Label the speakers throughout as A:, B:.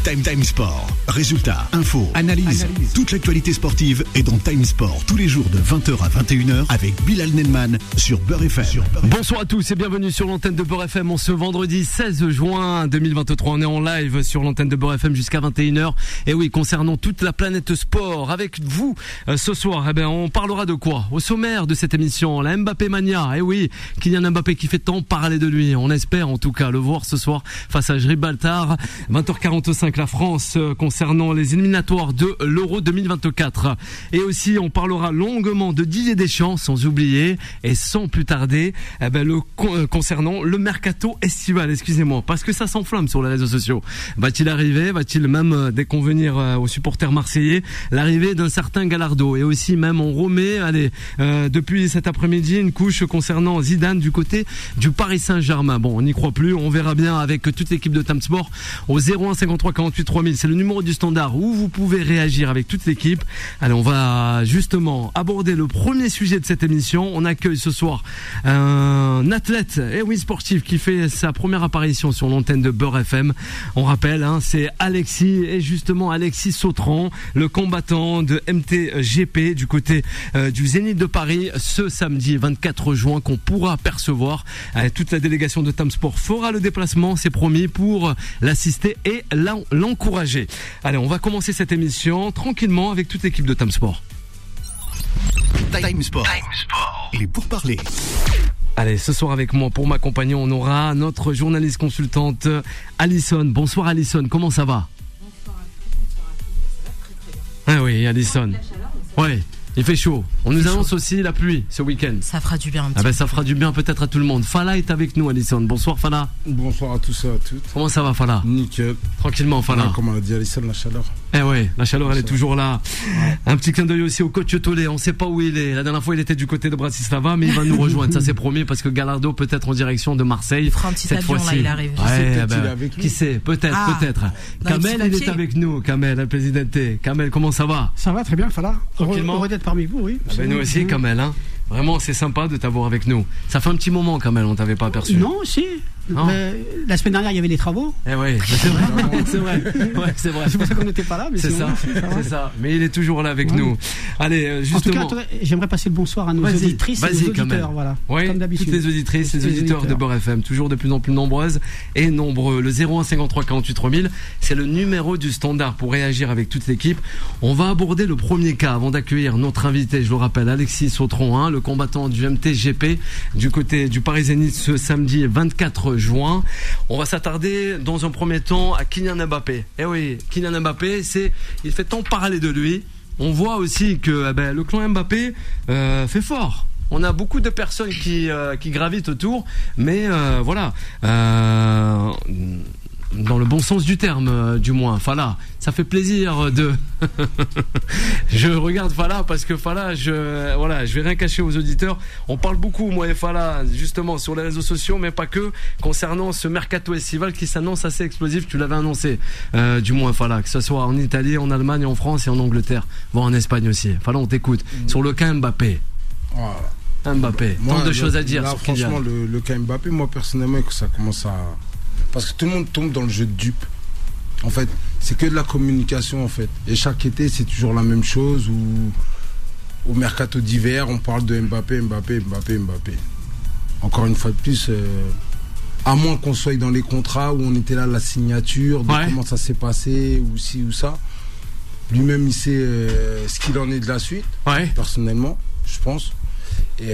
A: Time Sport. Résultats, infos, analyse. Toute l'actualité sportive est dans Time Sport tous les jours de 20h à 21h avec Bilal Nelman sur Beurre FM.
B: Bonsoir à tous et bienvenue sur l'antenne de Beurre FM. En ce vendredi 16 juin 2023, on est en live sur l'antenne de Beurre FM jusqu'à 21h. Et oui, concernant toute la planète sport, avec vous ce soir, on parlera de quoi? Au sommaire de cette émission, la Mbappé Mania. Et oui, Kylian Mbappé qui fait tant parler de lui. On espère en tout cas le voir ce soir face à Gibraltar. 20h45, la France concernant les éliminatoires de l'Euro 2024. Et aussi, on parlera longuement de Didier Deschamps, sans oublier et sans plus tarder, concernant le mercato estival. Excusez-moi, parce que ça s'enflamme sur les réseaux sociaux. Va-t-il arriver? Va-t-il même déconvenir aux supporters marseillais l'arrivée d'un certain Gallardo? Et aussi, même on remet, depuis cet après-midi, une couche concernant Zidane du côté du Paris Saint-Germain. Bon, on n'y croit plus. On verra bien avec toute l'équipe de Time Sport au 01 53 48 3000. C'est le numéro du standard où vous pouvez réagir avec toute l'équipe. Allez, on va justement aborder le premier sujet de cette émission. On accueille ce soir un athlète, sportif, qui fait sa première apparition sur l'antenne de Beurre FM. On rappelle, c'est Alexis, et justement Alexis Sautran, le combattant de MTGP du côté du Zénith de Paris, ce samedi 24 juin, qu'on pourra apercevoir. Toute la délégation de Time Sport fera le déplacement, c'est promis, pour l'assister et l'encourager. Allez, on va commencer cette émission tranquillement avec toute l'équipe de Time Sport.
A: Time Sport. Il est pour parler.
B: Allez, ce soir avec moi, pour m'accompagner, on aura notre journaliste consultante Alison. Bonsoir Alison, comment ça va?
C: Bonsoir à tous, ça va très très bien.
B: Ah oui, Alison. Ouais. Il fait chaud. On nous annonce aussi la pluie ce week-end.
C: Ça fera du bien un petit peu.
B: Ça fera du bien peut-être à tout le monde. Fala est avec nous, Alison. Bonsoir Fala.
D: Bonsoir à tous et à toutes.
B: Comment ça va Fala?
D: Nickel.
B: Tranquillement Fala.
D: Ouais, comme on a dit Alison, la chaleur.
B: La chaleur elle est toujours là. Ouais. Un petit clin d'œil aussi au coach Tolé. On sait pas où il est. La dernière fois il était du côté de Bratislava, mais il va nous rejoindre. Ça c'est promis, parce que Gallardo peut être en direction de Marseille. Il
C: fera un petit avion là, il arrive.
B: Qui sait? Peut-être. Kamel il est avec nous. Kamel, le présidente. Kamel, comment ça va?
E: Ça va très bien Fala.
B: Tranquillement.
E: Heureux d'être parmi vous, oui.
B: Nous aussi, Kamel, Vraiment, c'est sympa de t'avoir avec nous. Ça fait un petit moment, Kamel, on t'avait pas aperçu.
E: Non, si. Mais la semaine dernière, il y avait les travaux.
B: C'est vrai. C'est vrai. Ouais, c'est vrai.
E: C'est pour ça qu'on n'était pas là. Mais
B: c'est ça. Mais il est toujours là avec nous. Allez, justement.
E: En tout cas, j'aimerais passer le bonsoir à nos auditrices et nos auditeurs. Kamel. Voilà.
B: Oui, comme d'habitude. Toutes les auditrices, les auditeurs de Beurre FM, toujours de plus en plus nombreuses et nombreux. Le 01 53 48 3000, c'est le numéro du standard pour réagir avec toute l'équipe. On va aborder le premier cas avant d'accueillir notre invité, je le rappelle, Alexis Sautran, le combattant du MTGP du côté du Paris Zénith ce samedi 24 juin. On va s'attarder dans un premier temps à Kylian Mbappé. Kylian Mbappé, il fait tant parler de lui. On voit aussi que le clan Mbappé fait fort. On a beaucoup de personnes qui gravitent autour, mais dans le bon sens du terme, du moins. Fala, ça fait plaisir de. Je regarde Fala parce que Fala, je vais rien cacher aux auditeurs. On parle beaucoup, moi et Fala, justement sur les réseaux sociaux, mais pas que, concernant ce mercato estival qui s'annonce assez explosif. Tu l'avais annoncé, du moins Fala, que ce soit en Italie, en Allemagne, en France et en Angleterre, voire en Espagne aussi. Fala, on t'écoute. Sur le cas Mbappé.
D: Voilà.
B: Mbappé, tant de choses à dire.
D: Là,
B: sur
D: franchement, le cas Mbappé, moi personnellement, que ça commence à. Parce que tout le monde tombe dans le jeu de dupe. En fait, c'est que de la communication, en fait. Et chaque été, c'est toujours la même chose. Au mercato d'hiver, on parle de Mbappé. Encore une fois de plus, à moins qu'on soit dans les contrats où on était là, la signature, de comment ça s'est passé, ou ci ou ça. Lui-même, il sait ce qu'il en est de la suite, personnellement, je pense. Et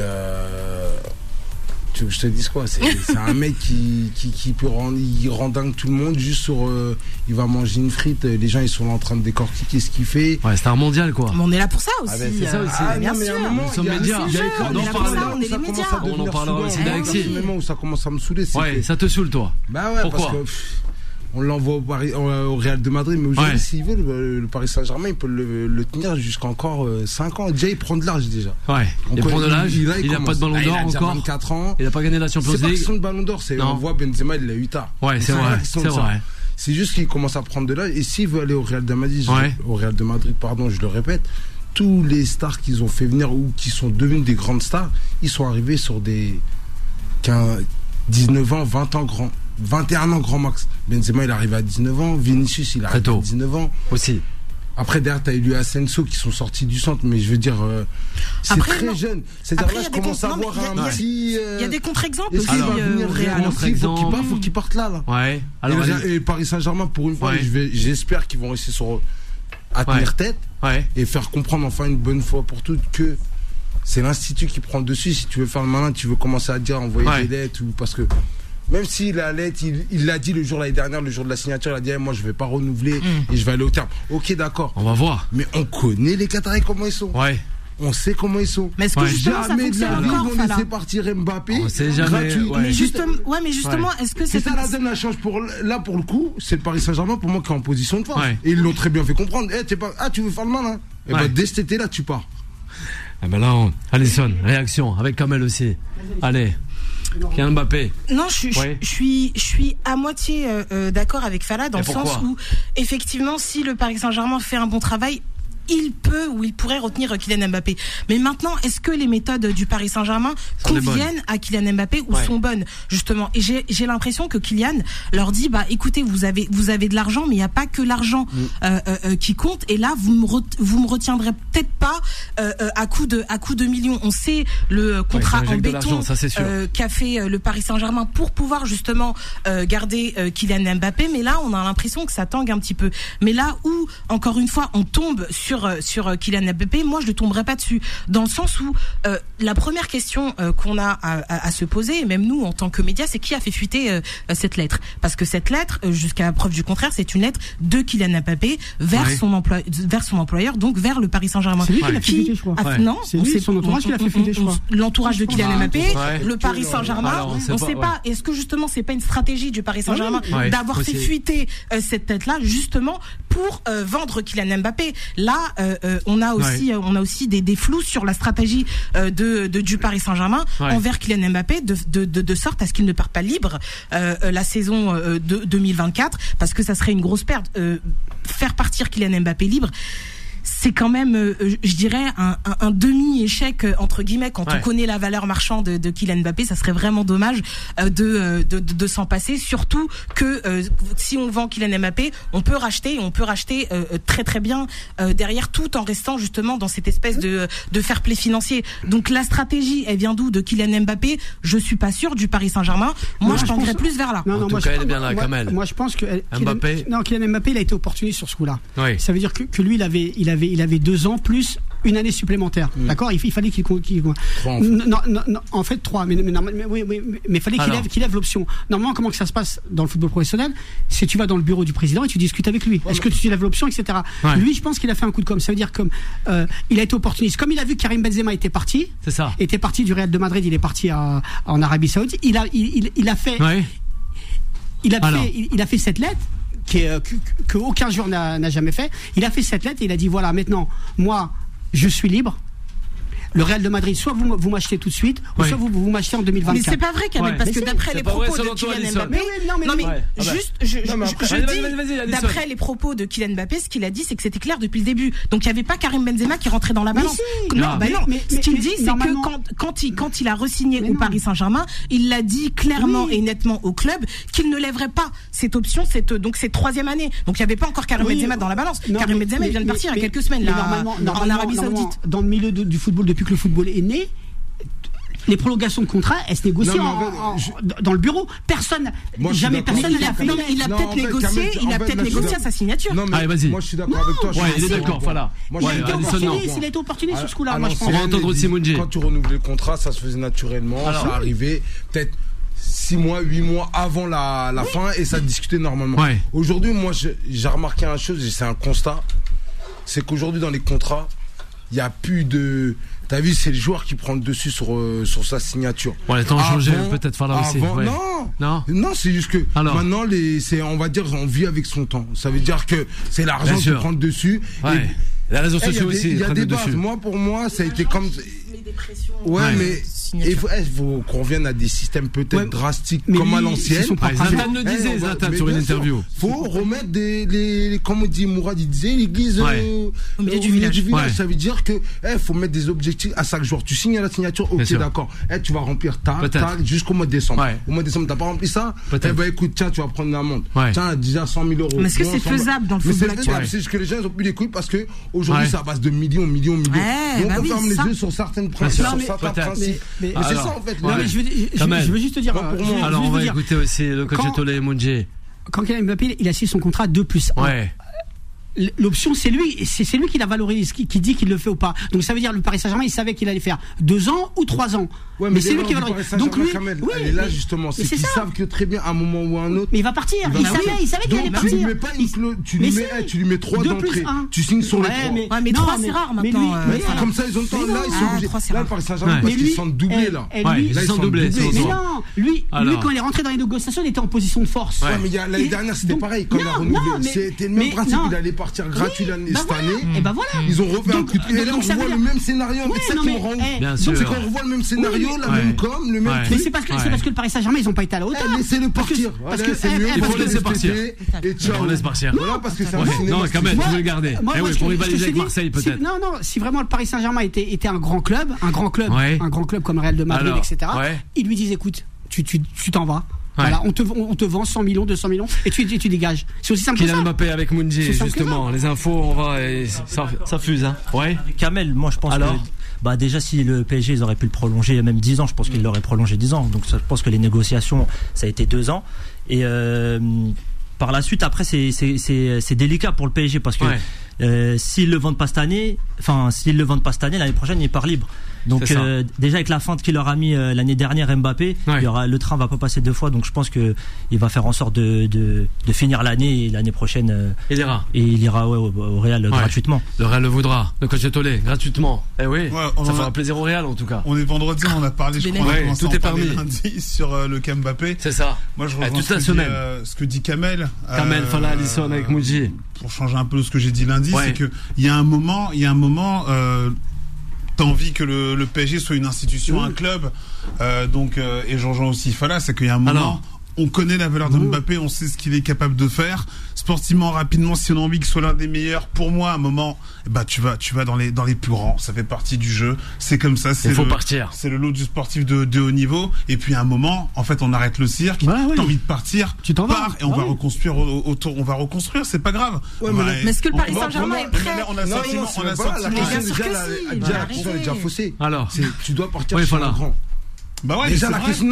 D: tu veux que je te dise quoi? C'est un mec qui peut rend dingue tout le monde juste sur il va manger une frite, les gens ils sont là en train de décortiquer ce qu'il fait.
B: Ouais, c'est un mondial quoi.
C: Mais on est là pour ça aussi.
B: C'est ça aussi.
C: Bien sûr.
B: Nous sommes médias.
C: On est les médias.
B: On en parlera aussi d'Alexis.
D: Le moment où ça commence à me saouler, c'est
B: ça te saoule toi?
D: Bah ouais. Pourquoi? Parce que on l'envoie au Real de Madrid, mais aujourd'hui, s'il veut, le Paris Saint-Germain, il peut le tenir jusqu'à encore 5 ans. Déjà, il prend de l'âge déjà.
B: Il prend de l'âge, il n'a pas de ballon d'or encore.
D: Il a 24 ans.
B: Il n'a pas gagné la Champions League.
D: C'est pas question de ballon d'or, on voit Benzema, il l'a eu tard.
B: Ouais, c'est vrai.
D: C'est juste qu'il commence à prendre de l'âge. Et s'il veut aller au Real de Madrid, je le répète, tous les stars qu'ils ont fait venir ou qui sont devenus des grandes stars, ils sont arrivés sur des 19 ans, 20 ans grands. 21 ans grand max. Benzema il arrive à 19 ans, Vinicius il arrive à 19 ans
B: aussi.
D: Après derrière t'as eu lui Asensio qui sont sortis du centre, mais je veux dire c'est après, très jeune. C'est-à-dire là je commence à voir un petit.
C: Il y a des contre-exemples aussi.
D: Faut qu'ils partent là.
B: Ouais.
D: Alors et Paris Saint-Germain pour une fois, j'espère qu'ils vont réussir à tenir tête et faire comprendre enfin une bonne fois pour toutes que c'est l'institut qui prend le dessus. Si tu veux faire le malin, tu veux commencer à dire envoyer des lettres ou parce que. Même si la lettre, il l'a dit l'année dernière, le jour de la signature, il a dit moi je vais pas renouveler et je vais aller au terme. Ok, d'accord.
B: On va voir.
D: Mais on connaît les Qataris comment ils sont.
B: Ouais.
D: On sait comment ils sont.
C: Mais est-ce que justement ça fonctionne encore,
D: on laisser partir Mbappé.
B: On sait jamais.
D: Gratuit.
C: Mais justement, est-ce que
D: c'est ça la donne la chance pour le coup, c'est le Paris Saint-Germain pour moi qui est en position de force. Et ils l'ont très bien fait comprendre. Tu veux faire le malin. Et dès cet été là, tu pars.
B: Ah ben là, Alisson, réaction avec Kamel aussi. Allez. Kylian Mbappé.
C: Non, je suis à moitié d'accord avec Fala dans le sens où effectivement si le Paris Saint-Germain fait un bon travail, il peut ou il pourrait retenir Kylian Mbappé. Mais maintenant, est-ce que les méthodes du Paris Saint-Germain conviennent à Kylian Mbappé ou sont bonnes justement? Et j'ai l'impression que Kylian leur dit écoutez, vous avez de l'argent, mais il n'y a pas que l'argent qui compte. Et là, vous me retiendrez peut-être pas à coup de millions. On sait le contrat en béton qu'a fait le Paris Saint-Germain pour pouvoir justement garder Kylian Mbappé. Mais là, on a l'impression que ça tangue un petit peu. Mais là où encore une fois, on tombe sur Kylian Mbappé, moi je ne tomberai pas dessus, dans le sens où la première question qu'on a à se poser, et même nous en tant que médias, c'est qui a fait fuiter cette lettre, parce que cette lettre, jusqu'à preuve du contraire, c'est une lettre de Kylian Mbappé vers son employeur, donc vers le Paris Saint-Germain.
E: C'est lui qui l'a fait fuiter, je crois.
C: Non,
E: c'est son entourage qui l'a fait fuiter, je crois.
C: L'entourage de Kylian Mbappé, le Paris Saint-Germain, on ne sait pas. Est-ce que justement c'est pas une stratégie du Paris Saint-Germain d'avoir fait fuiter cette lettre-là justement pour vendre Kylian Mbappé? Là, on a aussi des flous sur la stratégie du Paris Saint-Germain envers Kylian Mbappé, de sorte à ce qu'il ne parte pas libre la saison de 2024, parce que ça serait une grosse perte. Faire partir Kylian Mbappé libre, c'est quand même, je dirais, un demi-échec, entre guillemets, quand on connaît la valeur marchande de Kylian Mbappé. Ça serait vraiment dommage de s'en passer, surtout que si on vend Kylian Mbappé, on peut racheter très très bien derrière, tout en restant justement dans cette espèce de fair play financier. Donc la stratégie, elle vient d'où de Kylian Mbappé? Je suis pas sûr du Paris Saint-Germain. Moi, je tendrais plus vers là.
B: En tout cas, elle est bien là, Kamel.
E: Moi, je pense que
B: Kylian
E: Mbappé, il a été opportuniste sur ce coup-là. Ça veut dire que lui, il avait 2 ans plus une année supplémentaire. D'accord, il fallait qu'il non, en fait 3, mais il fallait qu'il lève l'option. Normalement, comment que ça se passe dans le football professionnel, c'est tu vas dans le bureau du président et tu discutes avec lui. Est-ce que tu lèves l'option, etc. Lui, je pense qu'il a fait un coup de com'. Ça veut dire comme il a été opportuniste. Comme il a vu que Karim Benzema était parti du Real de Madrid, il est parti en Arabie Saoudite. Il a fait cette lettre que aucun joueur n'a jamais fait. Il a fait cette lettre et il a dit voilà, maintenant moi je suis libre. Le Real de Madrid, soit vous m'achetez tout de suite, ou soit vous m'achetez en 2024.
C: Mais c'est pas vrai, Kamel, parce que d'après les propos de Kylian Mbappé, je dis, d'après les propos de Kylian Mbappé, ce qu'il a dit, c'est que c'était clair depuis le début. Donc il n'y avait pas Karim Benzema qui rentrait dans la balance. Mais ce qu'il dit, c'est que quand il a re-signé au Paris Saint-Germain, il l'a dit clairement et nettement au club qu'il ne lèverait pas cette option, donc cette 3e année. Donc il n'y avait pas encore Karim Benzema dans la balance. Karim Benzema, il vient de partir il y a quelques semaines en Arabie Saoudite.
E: Dans le milieu du football, depuis que le football est né, les prolongations de contrat, elles se négocient dans le bureau. Personne l'a fait.
C: Il a peut-être négocié à sa signature.
D: Non, mais vas-y. Moi, je suis d'accord avec toi.
B: Il est d'accord, voilà.
E: Il a été opportuniste sur ce coup-là. Moi, je pense.
B: On va entendre Simonji.
D: Quand tu renouvelais le contrat, ça se faisait naturellement. Ça arrivait peut-être 6 mois, 8 mois avant la fin, et ça discutait normalement. Aujourd'hui, moi, j'ai remarqué une chose, et c'est un constat, c'est qu'aujourd'hui, dans les contrats, il n'y a plus de... T'as vu, c'est le joueur qui prend le dessus sur sa signature.
B: Les temps ont changé, peut-être Fala aussi.
D: Non, c'est juste que maintenant, on va dire, on vit avec son temps. Ça veut dire que c'est l'argent qui prend le dessus.
B: Les réseaux sociaux aussi.
D: Il y a des bases. Pour moi, ça a été comme... Ouais, mais il faut qu'on revienne à des systèmes peut-être drastiques comme à l'ancienne.
B: Zlatan le disait, Zlatan, sur une interview.
D: Faut remettre comme on dit, Mourad, il disait, l'église au milieu du village. Ça veut dire que faut mettre des objectifs à chaque jour. Tu signes à la signature, ok, d'accord. Tu vas remplir jusqu'au mois de décembre. Au mois de décembre, t'as pas rempli ça? Écoute, tiens, tu vas prendre une amende. Tiens, déjà 100 000 euros.
C: Mais est-ce que c'est faisable dans le football actuel?
D: C'est juste que les gens ont plus les couilles parce que aujourd'hui, ça passe de millions. Donc on ferme les yeux sur certains principes. Mais c'est ça en fait.
E: Je veux juste te dire.
B: Alors on va écouter aussi le coach Tolé et Mounji.
E: Quand Kylian Mbappé il a signé son contrat 2+1. L'option, c'est lui qui la valorise, qui dit qu'il le fait ou pas. Donc ça veut dire le Paris Saint-Germain, il savait qu'il allait faire 2 ans ou 3 ans.
D: Ouais, mais c'est lui qui valorise. Donc lui, elle est là justement, c'est qu'ils savent que très bien à un moment ou à un autre.
E: Mais il va partir. Il savait qu'il allait partir.
D: Tu lui mets pas tu lui mets 3 d'entrée. Tu signes sur les 3.
C: Mais 3 c'est rare maintenant.
D: Comme ça ils ont le temps. Là ils sont obligés. Là le Paris Saint-Germain parce qu'ils sont doublés là.
B: Ils sont doublés.
E: Mais non, lui quand il est rentré dans les négociations, il était en position de force.
D: Ouais, mais l'année dernière c'était pareil quand il a renouvelé. C'était le même principe, il allait partir gratuit cette année.
E: Et ben voilà.
D: Ils ont refait un coup de pied. Et là, on voit le même scénario. C'est ça qui me rend ouf.
B: Bien sûr.
D: C'est quand on revoit le même scénario, la même com, le même truc.
E: Mais c'est parce que le Paris Saint-Germain, ils n'ont pas été à la hauteur.
D: Laissez-le partir. C'est mieux.
B: Il faut laisser partir.
D: Et ciao.
B: On laisse partir.
D: Voilà, parce que c'est un cinéma.
B: Non, quand même, tu veux le garder. Pour rivaliser avec Marseille, peut-être.
E: Non, si vraiment le Paris Saint-Germain était un grand club comme le Real de Madrid, etc., ils lui disent écoute, tu t'en vas. Voilà, on te vend 100 millions, 200 millions et tu dégages. C'est aussi simple que ça.
B: Kylian Mbappé avec Mounji, justement. Les infos, on va, ça fuse, hein. Ouais.
F: Kamel, moi je pense que, déjà si le PSG ils auraient pu le prolonger même 10 ans, je pense qu'ils l'auraient prolongé 10 ans. Donc je pense que les négociations, ça a été 2 ans. Et par la suite, après c'est délicat pour le PSG parce que s'ils le vendent pas cette année, l'année prochaine il part libre. Donc déjà avec la feinte qu'il leur a mis l'année dernière Mbappé, le train va pas passer 2 fois, donc je pense que il va faire en sorte de finir l'année et l'année prochaine
B: il
F: ira au Real gratuitement.
B: Le Real le voudra. Le coach Tolé gratuitement. Ça fera plaisir au Real en tout cas.
G: On est vendredi, on a parlé, je crois,
B: tout est permis
G: lundi sur le Mbappé.
B: C'est ça.
G: Moi je rejoins ce que dit Kamel.
B: Fala Alisson avec Mounji.
G: Pour changer un peu ce que j'ai dit lundi, c'est que il y a un moment t'as envie que le PSG soit une institution, un club, et je rejoins aussi Fala, c'est qu'il y a un moment, on connaît la valeur de Mbappé, on sait ce qu'il est capable de faire. Sportivement, rapidement, si on a envie qu'il soit l'un des meilleurs, pour moi, à un moment, tu vas dans les plus grands. Ça fait partie du jeu. C'est comme ça.
B: Il faut partir.
G: C'est le lot du sportif de haut niveau. Et puis, à un moment, en fait, on arrête le cirque. T'as envie de partir.
E: Tu t'en vas.
G: Et on va reconstruire autour. On va reconstruire. C'est pas grave.
C: Mais est-ce que le Paris Saint-Germain est prêt?
G: On a le sentiment.
D: La question est déjà faussée.
B: Alors,
D: tu dois partir sur un grand. Déjà la question,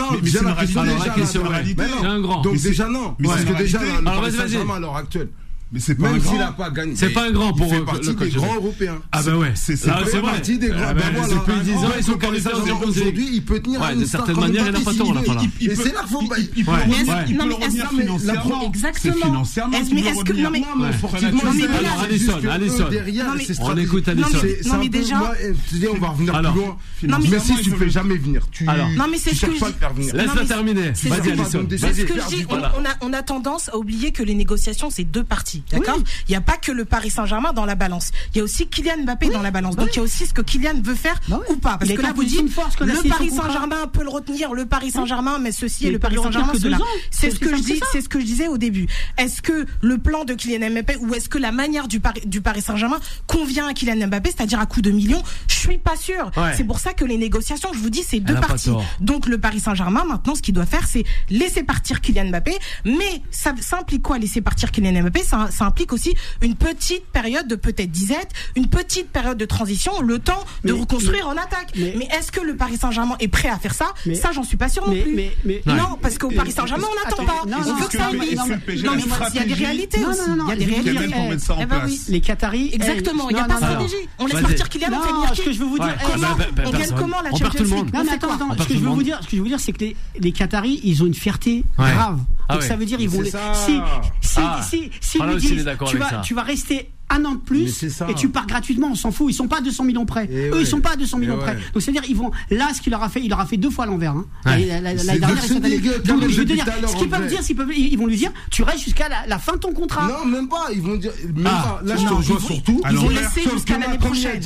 B: c'est un grand.
D: Donc déjà non.
G: Parce que déjà
B: vas-y.
D: À l'heure actuelle.
G: Mais c'est pas
D: même
G: un grand.
D: s'il a pas gagné.
B: C'est pas un grand pour
D: il fait partie des grands européens.
B: Ah bah ouais. C'est
D: partie des grands.
B: Depuis 10 ans, ils sont qualifiés
D: aujourd'hui, il peut tenir
B: de certaine manière, il a pas tort là.
D: Et c'est là qu'il faut
G: il peut revenir financièrement.
C: Exactement.
G: Mais est-ce que non mais
D: sportivement,
B: Alisson. On écoute Alisson.
C: Non mais déjà,
D: on va revenir plus loin. Mais si tu fais jamais venir, tu
C: non mais c'est ce que je
D: dis.
B: Laisse-la terminer. Vas-y Alisson.
C: C'est ce que je dis. On a tendance à oublier que les négociations c'est 2 parties. D'accord? Il n'y a pas que le Paris Saint-Germain dans la balance. Il y a aussi Kylian Mbappé dans la balance. Donc il y a aussi ce que Kylian veut faire ou pas. Parce que là vous dites le Paris Saint-Germain peut le retenir, le Paris Saint-Germain mais ceci et le Paris Saint-Germain cela. C'est ce que je dis, c'est ce que je disais au début. Est-ce que le plan de Kylian Mbappé ou est-ce que la manière du Paris Saint-Germain convient à Kylian Mbappé, c'est-à-dire à coup de millions? Je suis pas sûr. C'est pour ça que les négociations, je vous dis, c'est 2 parties. Donc le Paris Saint-Germain maintenant ce qu'il doit faire c'est laisser partir Kylian Mbappé, mais ça implique quoi laisser partir Kylian Mbappé? Ça implique aussi une petite période de peut-être disette, une petite période de transition, le temps de reconstruire en attaque. Mais est-ce que le Paris Saint-Germain est prêt à faire ça? Ça, j'en suis pas sûr non plus. Non, parce qu'au Paris Saint-Germain, on n'attend pas. On veut que ça arrive. Non, mais il y a des réalités aussi. Il y a des réalités.
E: Les Qataris.
C: Exactement. Il n'y a pas de stratégie. On laisse partir Kylian, on fait venir qui?
E: Ce que je veux vous dire,
C: on gagne comment la Champions League?
E: Non, mais attends. Ce que je veux vous dire, c'est que les Qataris, ils ont une fierté grave. Donc ça veut dire ils vont si lui disent, tu vas rester un an de plus et tu pars gratuitement, on s'en fout. Ils sont pas à 200 millions près. Ils sont pas à 200 millions près. Donc c'est-à-dire ils vont là ce qu'il leur a fait, il leur a fait 2 fois à l'envers. L'année dernière, je veux dire, ce qu'ils peuvent dire, ils vont lui dire, tu restes jusqu'à la fin de ton contrat.
D: Non, même pas. Ils vont dire, là je te rejoins surtout.
C: Ils vont laisser jusqu'à l'année prochaine.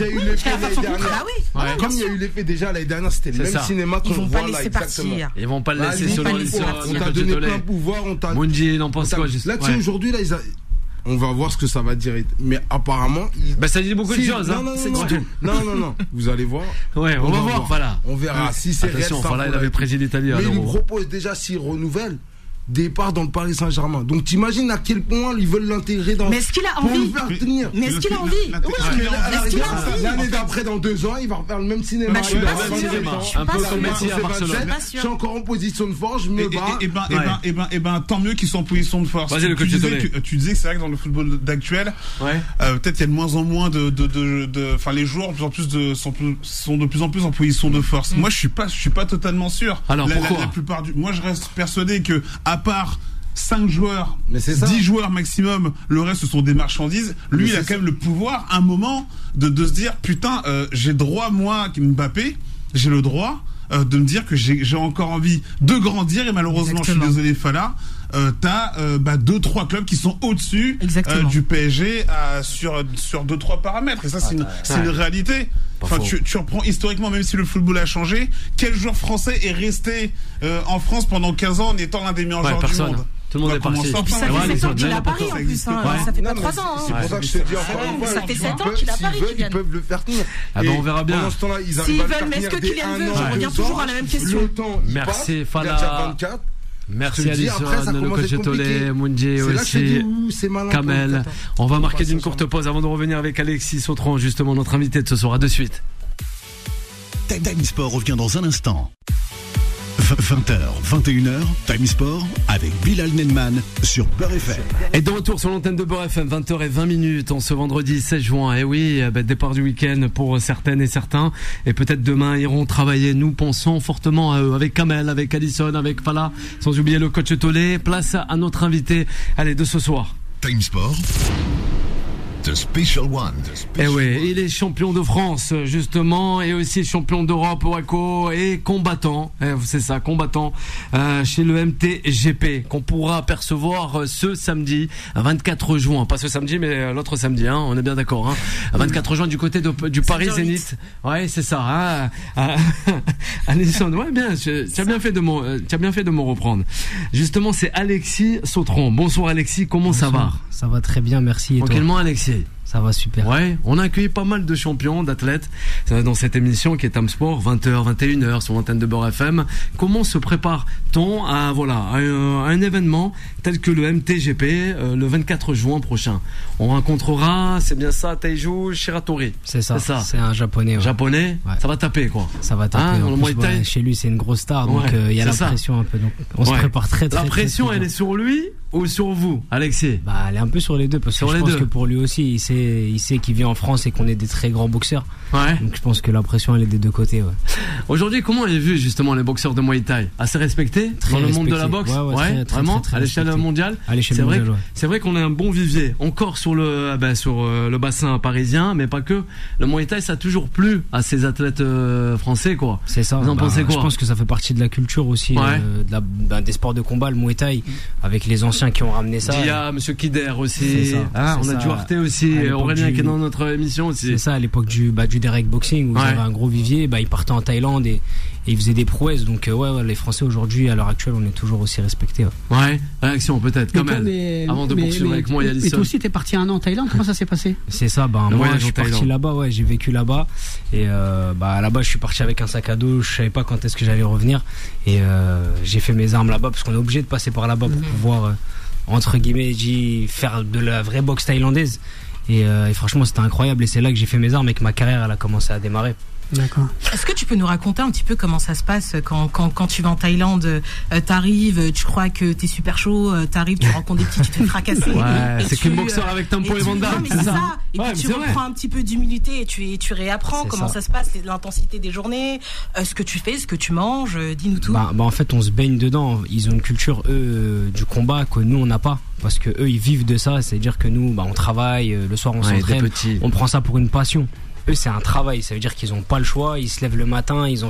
D: Comme il y a eu l'effet déjà l'année dernière, c'était le même cinéma qu'on voit là exactement.
B: Ils vont pas le laisser sur le
D: On t'a donné plein de pouvoir.
B: Mundi, il en pense quoi juste
D: là, tu sais, aujourd'hui, là, on va voir ce que ça va dire. Mais apparemment.
B: Ça dit beaucoup de choses.
D: Non. Vous allez voir.
B: Ouais, on va voir. Voilà.
D: On verra si c'est réel.
B: Attention, il avait présidé l'Italie.
D: Mais il nous propose déjà, s'il renouvelle, départ dans le Paris Saint-Germain. Donc t'imagines à quel point ils veulent l'intégrer dans.
C: Mais est-ce qu'il a envie?
D: Mais
C: est-ce qu'il a envie?
D: L'année d'après, dans 2 ans, il va refaire le même cinéma.
B: Un peu comme Messi à Barcelone.
D: Je suis encore en position de force, je me
G: bats. Tant mieux qu'ils sont en position de force. Tu disais que c'est vrai que dans le football d'actuel, peut-être il y a de moins en moins enfin les joueurs sont de plus en plus en position de force. Moi je suis pas totalement sûr.
B: Alors pourquoi?
G: Moi je reste persuadé que à part 5 joueurs, 10 joueurs maximum, le reste ce sont des marchandises. Lui, il a quand même le pouvoir, un moment, de se dire putain, j'ai droit, moi, Mbappé, j'ai le droit de me dire que j'ai encore envie de grandir. Et malheureusement, je suis désolé, Fala, t'as 2-3 clubs qui sont au-dessus du PSG sur 2-3 paramètres. Et ça, c'est une réalité. Enfin, tu reprends historiquement, même si le football a changé, quel joueur français est resté en France pendant 15 ans en étant l'un des meilleurs joueurs du monde?
B: Tout le monde est parti.
C: Ça fait 7 ans qu'il est à Paris en plus. Ça fait pas 3 ans.
D: C'est pour ça que je te dis encore une fois.
C: Ça fait 7 ans qu'il est à Paris.
D: Ils peuvent le faire tenir.
B: On verra bien.
D: Pendant ce temps-là, ils
C: s'ils veulent, mais est-ce que Kylian veut? Je reviens toujours à la même question.
B: Merci Fala. Merci Alison, le coach Tolé, Mundi aussi, Kamel. On va marquer d'une courte pause avant de revenir avec Alexis Sautron, justement notre invité de ce soir. À de suite.
A: Time Sport revient dans un instant. 20h, 21h, Time Sport avec Bilal Nenman sur Beurre FM.
B: Et de retour sur l'antenne de Beurre FM, 20h20 en ce vendredi 16 juin. Et oui, départ du week-end pour certaines et certains. Et peut-être demain iront travailler. Nous pensons fortement à eux, avec Kamel, avec Alison, avec Fala, sans oublier le coach Tolé. Place à notre invité, allez, de ce soir.
A: Time Sport. The Special One.
B: Et oui, il est champion de France justement et aussi champion d'Europe Waco et combattant, c'est ça, combattant chez le MTGP qu'on pourra apercevoir ce samedi 24 juin, pas ce samedi mais l'autre samedi, hein, on est bien d'accord, hein, 24 juin du côté du Paris Zénith. Ouais, c'est ça. Hein, Alison, ouais, bien, tu as bien fait de me reprendre. Justement, c'est Alexis Sautron. Bonsoir Alexis, comment ça va?
H: Ça va très bien, merci. Et
B: tranquillement Alexis?
H: Ça va super.
B: Ouais, on a accueilli pas mal de champions, d'athlètes dans cette émission qui est Time Sport, 20h, 21h sur l'antenne de Beurre FM. Comment se prépare-t-on à un événement tel que le MTGP le 24 juin prochain? On rencontrera, c'est bien ça, Taiju Shiratori.
H: C'est ça. C'est un japonais. Ouais.
B: Japonais, ouais. Ça va taper quoi.
H: Ça va taper.
B: Dans le Muay Thai.
H: Chez lui, c'est une grosse star, donc il y a la pression un peu. Donc on se prépare très.
B: La pression, elle est sur lui ou sur vous, Alexis?
H: Elle est un peu sur les deux parce que je pense que pour lui aussi, il sait qu'il vit en France et qu'on est des très grands boxeurs. Ouais. Donc je pense que la pression elle est des deux côtés. Ouais.
B: Aujourd'hui, comment est vu justement les boxeurs de Muay Thai? Assez respectés dans le monde de la boxe?
H: Ouais,
B: vraiment
H: très
B: à l'échelle mondiale. C'est vrai qu'on a un bon vivier encore sur le bassin parisien, mais pas que. Le Muay Thai ça a toujours plu à ces athlètes français quoi.
H: C'est ça.
B: Vous en pensez quoi?
H: Je pense que ça fait partie de la culture aussi des sports de combat, le Muay Thai, avec les anciens qui ont ramené ça.
B: Dia, Monsieur Kider aussi. On a Duarte aussi, Aurélien qui est dans notre émission aussi.
H: C'est ça, à l'époque du Derek Boxing où il y avait un gros vivier, il partait en Thaïlande et il faisait des prouesses. Donc les Français aujourd'hui, à l'heure actuelle, on est toujours aussi respectés.
B: Ouais, réaction peut-être quand même. Avant de poursuivre avec moi, il y a
E: Mais toi aussi, t'es parti 1 an en Thaïlande. Comment ça s'est passé?
H: C'est ça. Moi, je suis parti là-bas. J'ai vécu là-bas et là-bas, je suis parti avec un sac à dos. Je savais pas quand est-ce que j'allais revenir et j'ai fait mes armes là-bas parce qu'on est obligé de passer par là-bas pour pouvoir entre guillemets faire de la vraie boxe thaïlandaise et franchement c'était incroyable et c'est là que j'ai fait mes armes et que ma carrière elle a commencé à démarrer.
C: D'accord. Est-ce que tu peux nous raconter un petit peu comment ça se passe quand tu vas en Thaïlande, t'arrives, tu crois que t'es super chaud, t'arrives, tu rencontres des petits, tu te fais fracasser.
B: Ouais, c'est qu'une boxeur avec Tempo et Vanda.
C: Non, mais c'est ça. Et puis tu reprends un petit peu d'humilité et tu réapprends comment ça se passe, l'intensité des journées, ce que tu fais, ce que tu manges, dis-nous tout.
H: En fait, on se baigne dedans. Ils ont une culture, eux, du combat que nous, on n'a pas. Parce que eux, ils vivent de ça. C'est-à-dire que nous, on travaille, le soir, on s'entraîne. On prend ça pour une passion. Eux, c'est un travail, ça veut dire qu'ils n'ont pas le choix, ils se lèvent le matin, ils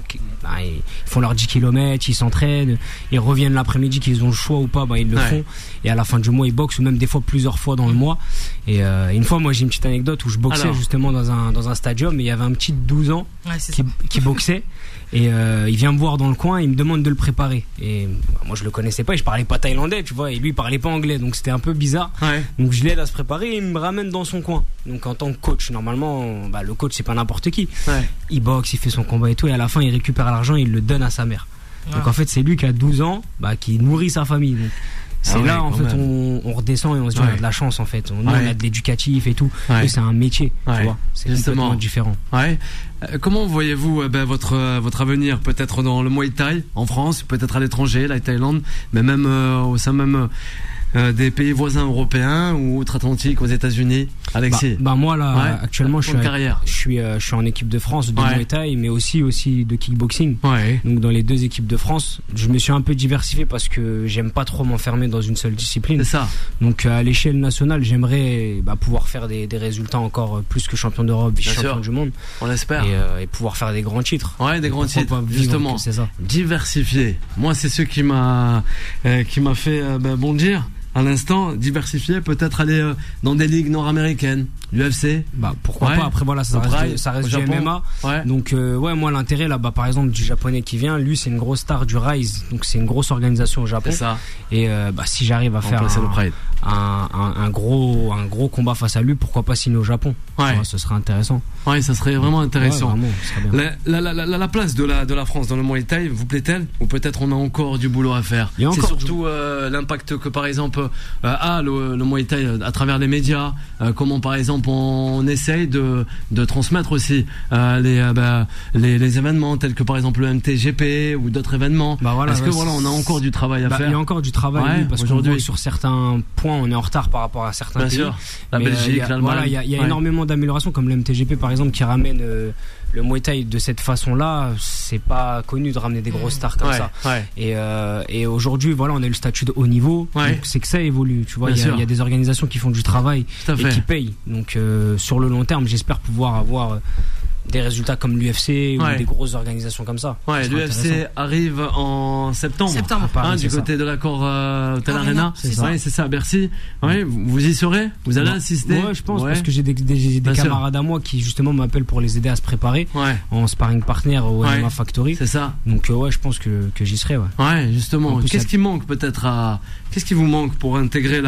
H: font leurs 10 km, ils s'entraînent, ils reviennent l'après-midi, qu'ils ont le choix ou pas, ils le font, et à la fin du mois ils boxent, ou même des fois plusieurs fois dans le mois. Et une fois, moi j'ai une petite anecdote où je boxais justement dans un stadium, et il y avait un petit de 12 ans qui boxait, et il vient me voir dans le coin, il me demande de le préparer, et moi je le connaissais pas, et je parlais pas thaïlandais, tu vois, et lui il parlait pas anglais, donc c'était un peu bizarre. Donc je l'aide à se préparer, et il me ramène dans son coin. Donc en tant que coach, normalement, le coach c'est pas n'importe qui. Il boxe, il fait son combat et tout, et à la fin il récupère l'argent et il le donne à sa mère. Donc en fait c'est lui qui a 12 ans, qui nourrit sa famille. Donc, c'est là en fait on redescend et on se dit on a de la chance en fait. On a de l'éducatif et tout. Et c'est un métier, tu vois. C'est complètement différent.
B: Comment voyez-vous votre avenir, peut-être dans le Muay Thai en France, peut-être à l'étranger, la Thaïlande, mais même au sein même des pays voisins européens ou outre-Atlantique, aux États-Unis, Alexis?
H: Moi là actuellement je suis en équipe de France de Muay Thai, mais aussi de kickboxing. Donc dans les deux équipes de France, je me suis un peu diversifié parce que j'aime pas trop m'enfermer dans une seule discipline.
B: C'est ça.
H: Donc à l'échelle nationale, j'aimerais pouvoir faire des résultats encore plus que champion d'Europe, vice-champion du monde.
B: On l'espère.
H: Et pouvoir faire des grands titres.
B: Des grands titres. Justement.
H: C'est ça.
B: Diversifier. Moi, c'est ce qui m'a fait bondir. À l'instant, diversifier, peut-être aller dans des ligues nord-américaines, l'UFC.
H: Pourquoi pas. Après voilà, ça reste du MMA. Donc moi l'intérêt là, par exemple du japonais qui vient, lui c'est une grosse star du Rise, donc c'est une grosse organisation au Japon.
B: C'est ça.
H: Et si j'arrive à faire un gros combat face à lui, pourquoi pas signer au Japon? Ce serait intéressant.
B: Ça serait vraiment intéressant.
H: Vraiment, ce serait bien.
B: La place de la France dans le Muay Thai vous plaît-elle, ou peut-être on a encore du boulot à faire? C'est surtout l'impact que par exemple le Muay Thai à travers les médias, comment par exemple on essaye de transmettre aussi les événements tels que par exemple le MTGP ou d'autres événements. Est-ce que on a encore du travail à faire?
H: Il y a encore du travail, parce qu'aujourd'hui sur certains points on est en retard par rapport à certains pays.
B: Sûr. La Belgique, l'Allemagne.
H: Il y a énormément d'améliorations, comme le MTGP par exemple qui ramène le Muay Thai de cette façon-là. C'est pas connu de ramener des grosses stars comme ça. Et aujourd'hui, on a le statut de haut niveau. Donc c'est que ça évolue. Tu vois, il y a des organisations qui font du travail et qui payent. Donc sur le long terme, j'espère pouvoir avoir des résultats comme l'UFC ou des grosses organisations comme ça.
B: L'UFC arrive en septembre. Du côté de l'accord Hotel Arena. C'est ça, à Bercy. Vous y serez? Vous allez assister?
H: Je pense, parce que j'ai des camarades à moi qui justement m'appellent pour les aider à se préparer en sparring partner au MMA Factory.
B: C'est ça.
H: Donc je pense que j'y serai.
B: Justement. Qu'est-ce qui manque peut-être qu'est-ce qui vous manque pour intégrer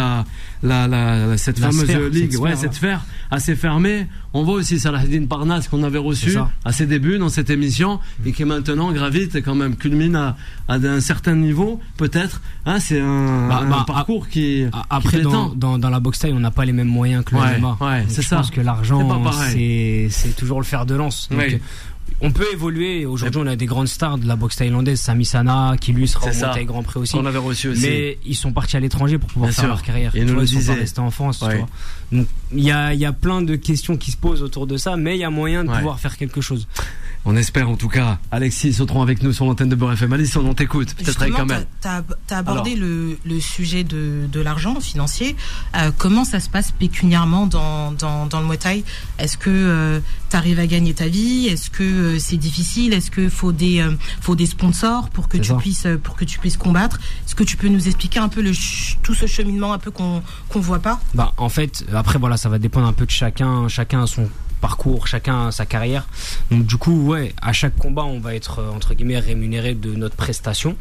B: cette fameuse ligue, cette sphère assez fermée? On voit aussi Salahdine Parnasse qu'on avait reçu à ses débuts dans cette émission et qui maintenant gravite et quand même culmine à un certain niveau, peut-être. C'est un parcours qui
H: après dans la boxe taille on n'a pas les mêmes moyens que le MMA. Je pense que l'argent c'est toujours le fer de lance. Donc, on peut évoluer. Aujourd'hui, on a des grandes stars de la boxe thaïlandaise, Sami Sana, qui lui sera au Muay Thai Grand Prix aussi.
B: On l'avait reçu aussi.
H: Mais ils sont partis à l'étranger pour pouvoir faire leur carrière.
B: Et nous
H: ils sont pas restés en France. Tu vois. Donc, il y a plein de questions qui se posent autour de ça, mais il y a moyen de pouvoir faire quelque chose.
B: On espère en tout cas. Alexis Sautron avec nous sur l'antenne de Beurre FM. Alexis, on t'écoute. Peut-être avec Kamel.
C: T'as abordé le sujet de l'argent financier. Comment ça se passe pécuniairement dans le Muay Thai? Est-ce que t'arrives à gagner ta vie? Est-ce que c'est difficile? Est-ce que faut des sponsors pour que tu puisses combattre? Est-ce que tu peux nous expliquer un peu tout ce cheminement un peu qu'on voit pas?
H: En fait, après ça va dépendre un peu de chacun a son parcours, chacun a sa carrière. Donc du coup, à chaque combat, on va être entre guillemets rémunéré de notre prestation.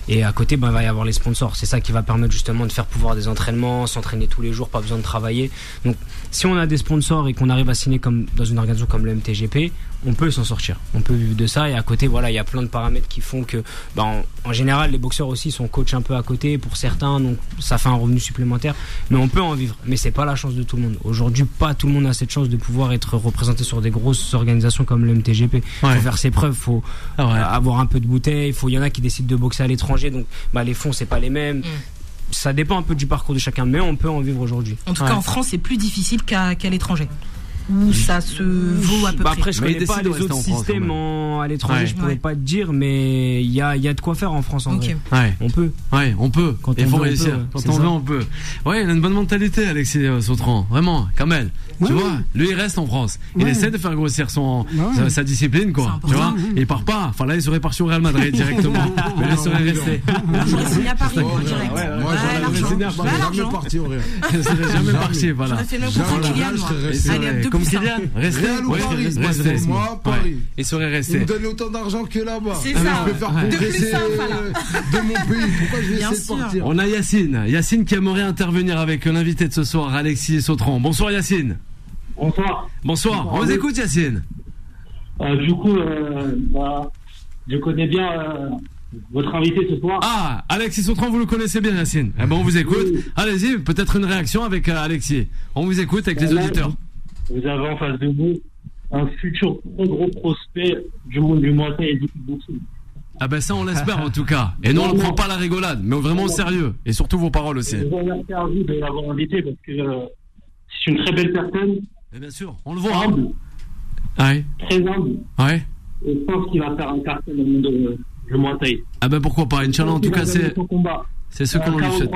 H: Et à côté, il va y avoir les sponsors. C'est ça qui va permettre justement de faire pouvoir des entraînements, s'entraîner tous les jours, pas besoin de travailler. Donc, si on a des sponsors et qu'on arrive à signer comme dans une organisation comme le MTGP, on peut s'en sortir. On peut vivre de ça. Et à côté, voilà, il y a plein de paramètres qui font que, en général, les boxeurs aussi sont coachs un peu à côté pour certains, donc ça fait un revenu supplémentaire. Mais on peut en vivre. Mais c'est pas la chance de tout le monde. Aujourd'hui, pas tout le monde a cette chance de pouvoir être représenté sur des grosses organisations comme le MTGP. Faut faire ses preuves, faut avoir un peu de bouteille. Il y en a qui décident de boxer à l'étranger, donc les fonds c'est pas les mêmes. Ça dépend un peu du parcours de chacun, mais on peut en vivre aujourd'hui.
C: En tout cas, en France, c'est plus difficile qu'à l'étranger. Où ça se vaut à peu près.
H: Après, je connais pas les autres systèmes à l'étranger, je pourrais pas te dire, mais il y a de quoi faire en France en vrai. On peut.
B: Ouais, on peut. Quand il faut réussir. Quand on veut, on peut. Ouais, il a une bonne mentalité, Alexis Sautran. Vraiment, Kamel. Tu vois, lui, il reste en France. Il essaie de faire grossir sa discipline, quoi. Tu vois, il part pas. Enfin, là, il serait parti au Real Madrid directement. Mais il serait resté.
C: J'aurais signé à Paris, direct.
D: Moi, j'aurais jamais parti au Real.
B: Il serait jamais parti, voilà.
C: J'aurais fait même contre Kylian, moi.
B: Comme Kylian, resté.
D: Moi, Paris.
B: Il serait resté.
D: Il me donne autant d'argent que là-bas.
C: C'est ça.
D: Je peux faire progresser de mon pays. Pourquoi je vais essayer de partir?
B: On a Yacine qui aimerait intervenir avec l'invité de ce soir, Alexis Sautran. Bonsoir Yacine. Bonsoir. On vous écoute Yacine.
I: Du coup, je connais bien votre invité ce soir.
B: Ah, Alexis Sautran, vous le connaissez bien Yacine. Eh ben on vous écoute. Oui. Allez-y, peut-être une réaction avec Alexis. On vous écoute avec les auditeurs.
I: Vous avez en face de vous un futur très gros prospect du monde du Muay Thai et du kickboxing.
B: Ah ben ça on l'espère en tout cas. Et nous on ne prend pas la rigolade, mais vraiment au sérieux. Et surtout vos paroles aussi.
I: Je vous remercie à vous de l'avoir invité parce que c'est une très belle personne.
B: Et bien sûr, on le voit.
I: Humble.
B: Ouais.
I: Très humble.
B: Ouais.
I: Et je pense qu'il va faire un carton dans le monde du Muay Thai.
B: Ah ben pourquoi pas, Inch'Allah en tout cas c'est ce qu'on lui souhaite.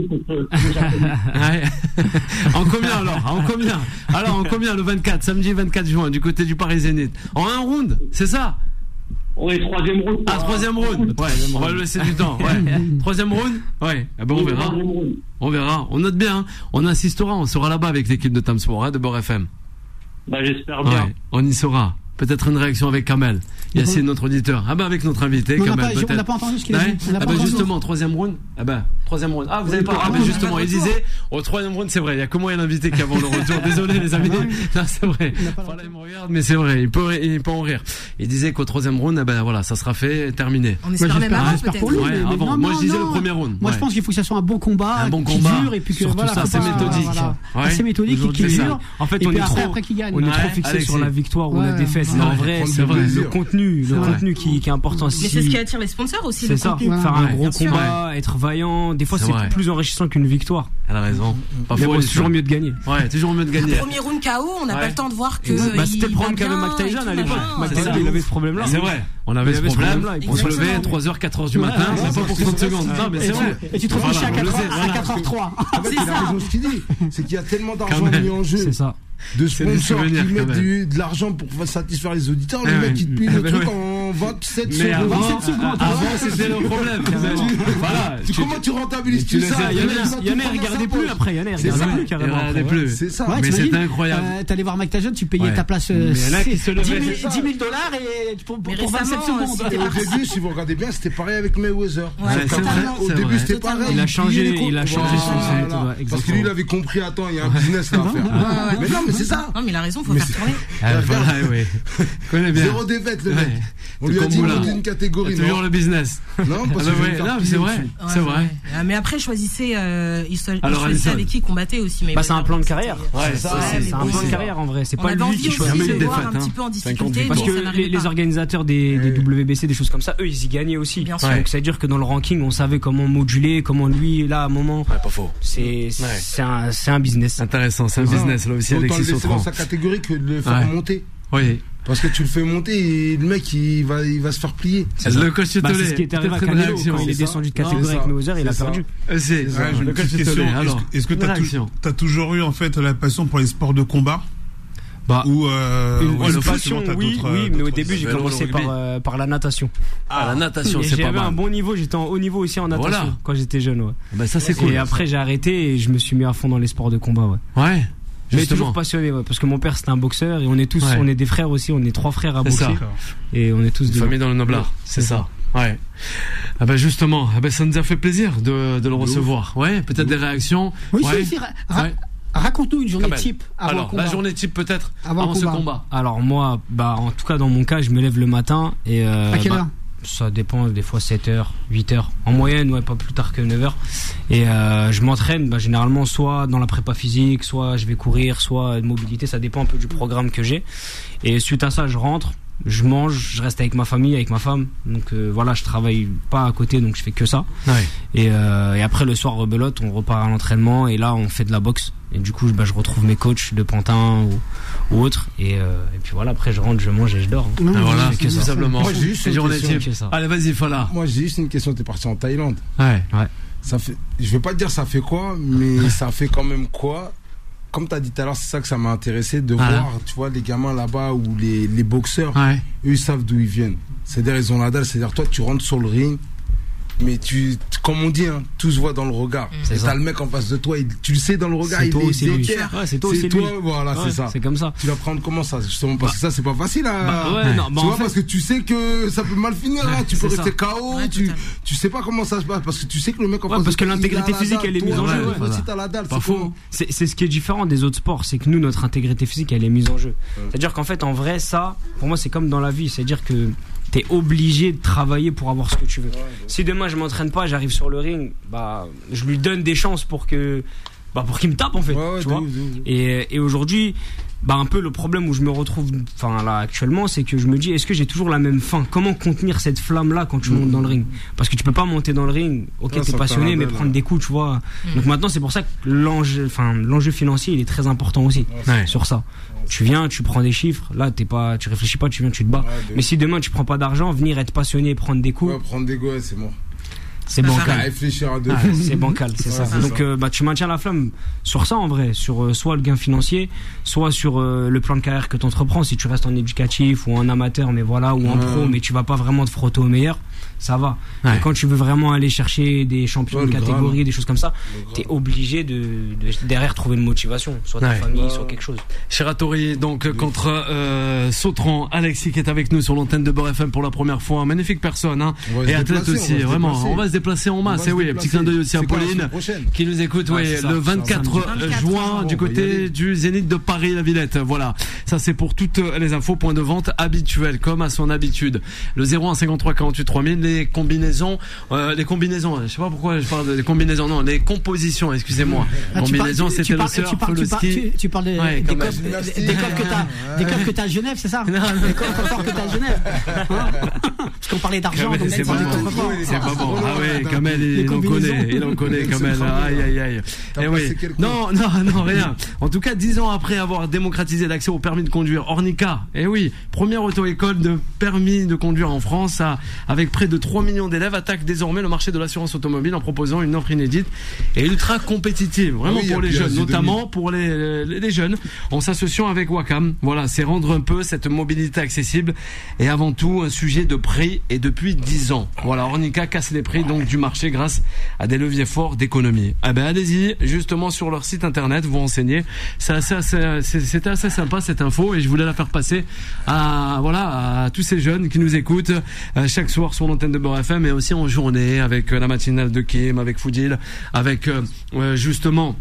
B: Ouais. En combien le 24, samedi 24 juin du côté du Paris Zénith? En un round, c'est ça?
I: Oui, troisième round.
B: Ah, troisième round. Ouais, on va lui laisser du temps. Ouais. Troisième round. Ouais. Ah ben on verra. On verra. On note bien. On insistera. On sera là-bas avec l'équipe de Time Sport, de Beurre FM.
I: J'espère bien.
B: Ouais, on y sera. Peut-être une réaction avec Kamel. Yacine, notre auditeur. Ah avec notre invité, Kamel.
E: On n'a pas entendu ce qu'il a dit.
B: Justement, troisième round. Troisième round. Ah, vous avez pas. Justement, il disait, au troisième round, c'est vrai. Il y a que moi et l'invité qui avons le retour. Désolé, les amis. Non, c'est vrai. Voilà, il me regarde, mais c'est vrai. Il peut en rire. Il disait qu'au troisième round, voilà, ça sera fait, terminé.
C: On espère même avant, peut-être.
B: Avant. Moi, je disais le premier round.
E: Moi, je pense qu'il faut que ça soit un bon combat. Qui dure et puis que voilà.
B: Ça, c'est méthodique.
E: C'est méthodique qui dure.
H: En fait, on est trop fixé sur la victoire ou la défaite. En vrai, c'est vrai. Le contenu qui est important.
C: Mais c'est ce qui attire les sponsors aussi.
H: C'est ça. Faire un gros combat, être vaillant. Des fois, c'est plus enrichissant qu'une victoire.
B: Elle a raison.
H: Parfois, c'est toujours mieux de gagner.
B: Ouais, toujours mieux de gagner.
C: Le premier round KO, on n'a pas le temps de voir que.
H: C'était le problème qu'avait Mike Tyson à l'époque. Mike Tyson, il avait ce problème-là.
B: C'est vrai. On avait ce problème. On se levait 3h, 4h du matin. C'est pas pour 30 secondes. Non, mais c'est vrai.
E: Et tu te couches à 4h03.
D: Il a raison ce qu'il dit. C'est qu'il y a tellement d'argent mis en jeu.
H: C'est ça.
D: De sponsors qui mettent de l'argent pour satisfaire les auditeurs, le mec qui te plie le truc en 27 secondes.
B: Avant, c'était le problème.
D: Voilà. Comment tu rentabilises tout ça?
H: Yann ne regardait plus après. Yann ne regardait plus carrément.
D: C'est ça.
B: Mais c'était incroyable.
E: T'allais voir Mike Tyson, tu payais ta place $10 000 et pour 27 secondes.
D: Au début, si vous regardez bien, c'était pareil avec Mayweather. Au début, c'était pareil.
H: Il a changé son.
D: Parce que lui, il avait compris, attends, il y a un business là à faire. Mais non, mais c'est ça.
C: Non, mais il a raison, faut faire tourner.
B: Voilà, oui. Connais bien.
D: 0 défaite, le mec. On lui a dit monter une catégorie.
B: Toujours le business.
D: Non, parce que
B: c'est vrai. C'est vrai.
C: Mais après, choisissez avec qui combattez aussi.
H: C'est un plan de carrière. C'est un plan de carrière en vrai. C'est pas lui qui choisit.
C: On voir un petit peu en difficulté.
H: Parce que les organisateurs des WBC, des choses comme ça, eux, ils y gagnaient aussi. Donc ça veut dire que dans le ranking, on savait comment moduler, comment lui, là, à un moment.
B: Pas faux.
H: C'est un business.
B: Intéressant, c'est un business là aussi.
D: Autant le laisser dans sa catégorie que de le faire monter.
B: Oui.
D: Parce que tu le fais monter et le mec il va se faire plier.
B: Le coach
H: c'est ce qui est arrivé à Canelo quand il est descendu de catégorie avec Mayweather, il a perdu.
G: C'est une petite question. Est-ce que t'as toujours eu en fait la passion pour les sports de combat?
H: Une passion, oui, mais au début j'ai commencé par la natation.
B: La natation, c'est pas mal.
H: J'avais un bon niveau, j'étais en haut niveau aussi en natation quand j'étais jeune.
B: Ça c'est cool.
H: Et après j'ai arrêté et je me suis mis à fond dans les sports de combat.
B: Ouais.
H: Mais toujours passionné, parce que mon père c'était un boxeur et on est tous, on est des frères aussi, on est 3 frères à boxer et on est tous
B: de famille dans le noblard, c'est ça. Ouais. Ah bah justement, ça nous a fait plaisir de le recevoir. Ouais, peut-être des réactions.
E: Oui,
B: ouais.
E: Raconte-nous une journée type avant
B: Alors,
E: le combat.
B: La journée type peut-être avant ce combat.
H: Alors moi, en tout cas dans mon cas, je me lève le matin et
E: à quelle heure?
H: Ça dépend, des fois 7h, 8h. En moyenne, pas plus tard que 9h. Et je m'entraîne généralement soit dans la prépa physique, soit je vais courir, soit de mobilité. Ça dépend un peu du programme que j'ai. Et suite à ça, je rentre, je mange, je reste avec ma famille, avec ma femme. Donc voilà, je travaille pas à côté, donc je fais que ça.
B: Ouais.
H: Et après le soir, rebelote, on repart à l'entraînement et là on fait de la boxe. Et du coup, je retrouve mes coachs de Pantin ou autres. Et puis voilà, après je rentre, je mange et je dors.
B: Voilà,
H: que ça.
B: simplement.
D: Moi, j'ai juste une
B: question. Allez, vas-y, Fala.
D: Moi, j'ai juste une question. T'es parti en Thaïlande.
B: Ouais.
D: Ça fait, je vais pas te dire ça fait quoi, mais ça fait quand même quoi. Comme tu as dit tout à l'heure, c'est ça que ça m'a intéressé de voir, tu vois, les gamins là-bas ou les boxeurs, eux, ils savent d'où ils viennent. C'est-à-dire, ils ont la dalle. C'est-à-dire, toi, tu rentres sur le ring, mais comme on dit, tout se voit dans le regard. Et t'as le mec en face de toi, tu le sais dans le regard, il est déter.
H: C'est toi,
D: voilà, c'est ça.
H: C'est comme ça.
D: Tu vas prendre comment ça, justement, parce que ça, c'est pas facile
H: tu
D: vois, parce que tu sais que ça peut mal finir, tu peux rester KO, tu sais pas comment ça se passe, parce que tu sais que le mec en face de toi,
H: parce que l'intégrité physique, elle est mise en jeu.
D: T'as la dalle,
H: pas faux. C'est ce qui est différent des autres sports, c'est que nous, notre intégrité physique, elle est mise en jeu. C'est-à-dire qu'en fait, en vrai, ça, pour moi, c'est comme dans la vie, c'est-à-dire que t'es obligé de travailler pour avoir ce que tu veux. Si demain je m'entraîne pas, j'arrive sur le ring, je lui donne des chances pour qu'il me tape en fait, tu vois. Et aujourd'hui, un peu le problème où je me retrouve là actuellement, c'est que je me dis, est-ce que j'ai toujours la même faim? Comment contenir cette flamme là quand tu montes dans le ring? Parce que tu peux pas monter dans le ring, t'es passionné, mais prendre des coups, tu vois. Donc maintenant, c'est pour ça que l'enjeu financier, il est très important aussi sur ça. Tu viens, tu prends des chiffres, là tu réfléchis pas, tu viens, tu te bats. Mais si demain tu prends pas d'argent, venir être passionné, prendre des coups,
D: prendre des coups, c'est bon.
H: C'est bancal.
D: Réfléchir à deux.
H: C'est bancal, c'est ça. Donc tu maintiens la flamme sur ça en vrai, sur soit le gain financier, soit sur le plan de carrière que tu entreprends. Si tu restes en éducatif ou en amateur, mais voilà, ou en pro, mais tu vas pas vraiment te frotter au meilleur, ça va. Et quand tu veux vraiment aller chercher des champions de catégorie, des choses comme ça, t'es obligé de derrière trouver une motivation, soit ta famille, soit quelque chose.
B: Shiratori donc contre Sautran, Alexis qui est avec nous sur l'antenne de Beurre FM pour la première fois, magnifique personne et athlète aussi, vraiment. On va se déplacer en masse. Petit clin d'œil aussi à Pauline qui nous écoute le 24 juin du côté du Zénith de Paris, la Villette. Voilà, ça c'est pour toutes les infos, point de vente habituel comme à son habitude. Le 01 53 48 3000, les combinaisons, je sais pas pourquoi je parle des combinaisons, non, les compositions, excusez-moi. Combinaisons, c'était le surf, le ski.
E: Tu parles des coffres que t'as à Genève, c'est ça? Les coffres que t'as à Genève. Parce qu'on parlait d'argent, donc
B: c'est pas bon. Ah oui, Kamel, il en connaît Kamel. Aïe. Eh oui. Non, rien. En tout cas, 10 ans après avoir démocratisé l'accès au permis de conduire, Ornica, première auto-école de permis de conduire en France, avec près de 3 millions d'élèves, attaque désormais le marché de l'assurance automobile en proposant une offre inédite et ultra compétitive, vraiment pour les jeunes, notamment pour les jeunes, en s'associant avec Wacam. Voilà, c'est rendre un peu cette mobilité accessible et avant tout un sujet de prix, et depuis 10 ans. Voilà, Ornica casse les prix donc du marché grâce à des leviers forts d'économie. Allez-y, justement sur leur site internet, vous renseignez. C'était assez sympa cette info et je voulais la faire passer à tous ces jeunes qui nous écoutent chaque soir sur l'antenne de Beurre FM, mais aussi en journée avec la matinale de Kim, avec Foudil, avec justement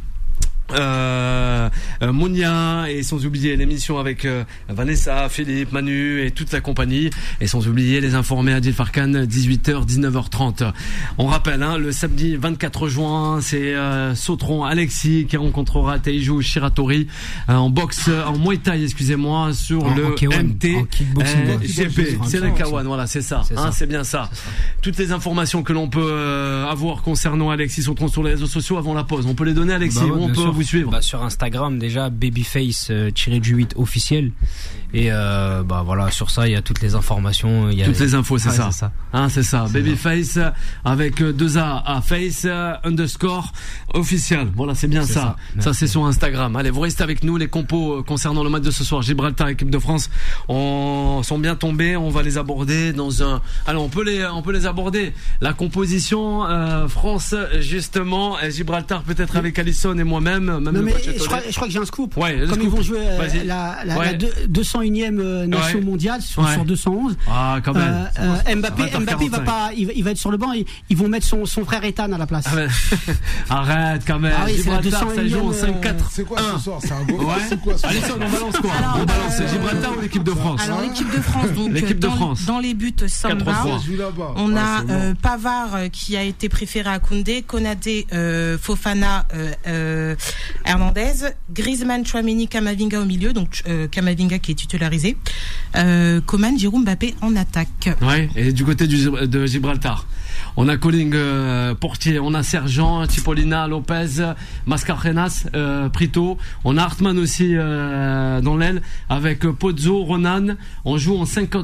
B: Monia, et sans oublier l'émission avec Vanessa, Philippe, Manu et toute la compagnie, et sans oublier les informés Adil Farkan, 18h 19h30. On rappelle le samedi 24 juin, c'est Sautron Alexis qui rencontrera Teiju Shiratori en boxe, en Muay Thai, excusez-moi, sur le MT GP, c'est le K1, voilà, c'est ça, c'est bien ça. Toutes les informations que l'on peut avoir concernant Alexis Sautron sur les réseaux sociaux avant la pause, on peut les donner, Alexis, on peut vous suivre.
H: Sur Instagram déjà, babyface-du8 officiel, et voilà, sur ça il y a toutes les informations,
B: toutes les infos, c'est ça. C'est ça, babyface avec 2A à face _ officiel, voilà, c'est bien ça. Ça c'est sur Instagram. Allez, vous restez avec nous. Les compos concernant le match de ce soir, Gibraltar, équipe de France, sont bien tombés. On va les aborder dans un. Alors on peut les aborder. La composition France justement, Gibraltar peut-être avec Alisson et moi-même.
E: Non, mais je crois que j'ai un scoop. Comme ils vont jouer la 201 201e nation mondiale sur 211.
B: Ah, quand même.
E: Mbappé, il va être sur le banc. Ils vont mettre son frère Ethan à la place.
B: Arrête, quand même. Gibraltar, ça joue en 5-4.
D: C'est quoi ce soir? C'est un gros
B: Allez, on balance quoi? On balance Gibraltar ou l'équipe de France?
C: Alors, l'équipe de France, donc, dans les buts Samba, on a Pavard qui a été préféré à Koundé, Konaté, Fofana, Hernandez, Griezmann, Tchouaméni, Kamavinga au milieu, donc Kamavinga qui est titularisé, Coman, Giroud, Mbappé en attaque.
B: Ouais, et du côté de Gibraltar, on a Colling, Portier, on a Sergent, Cipollina, Lopez, Mascarenas, Prito, on a Hartmann aussi dans l'aile avec Pozzo, Ronan. On joue en 5,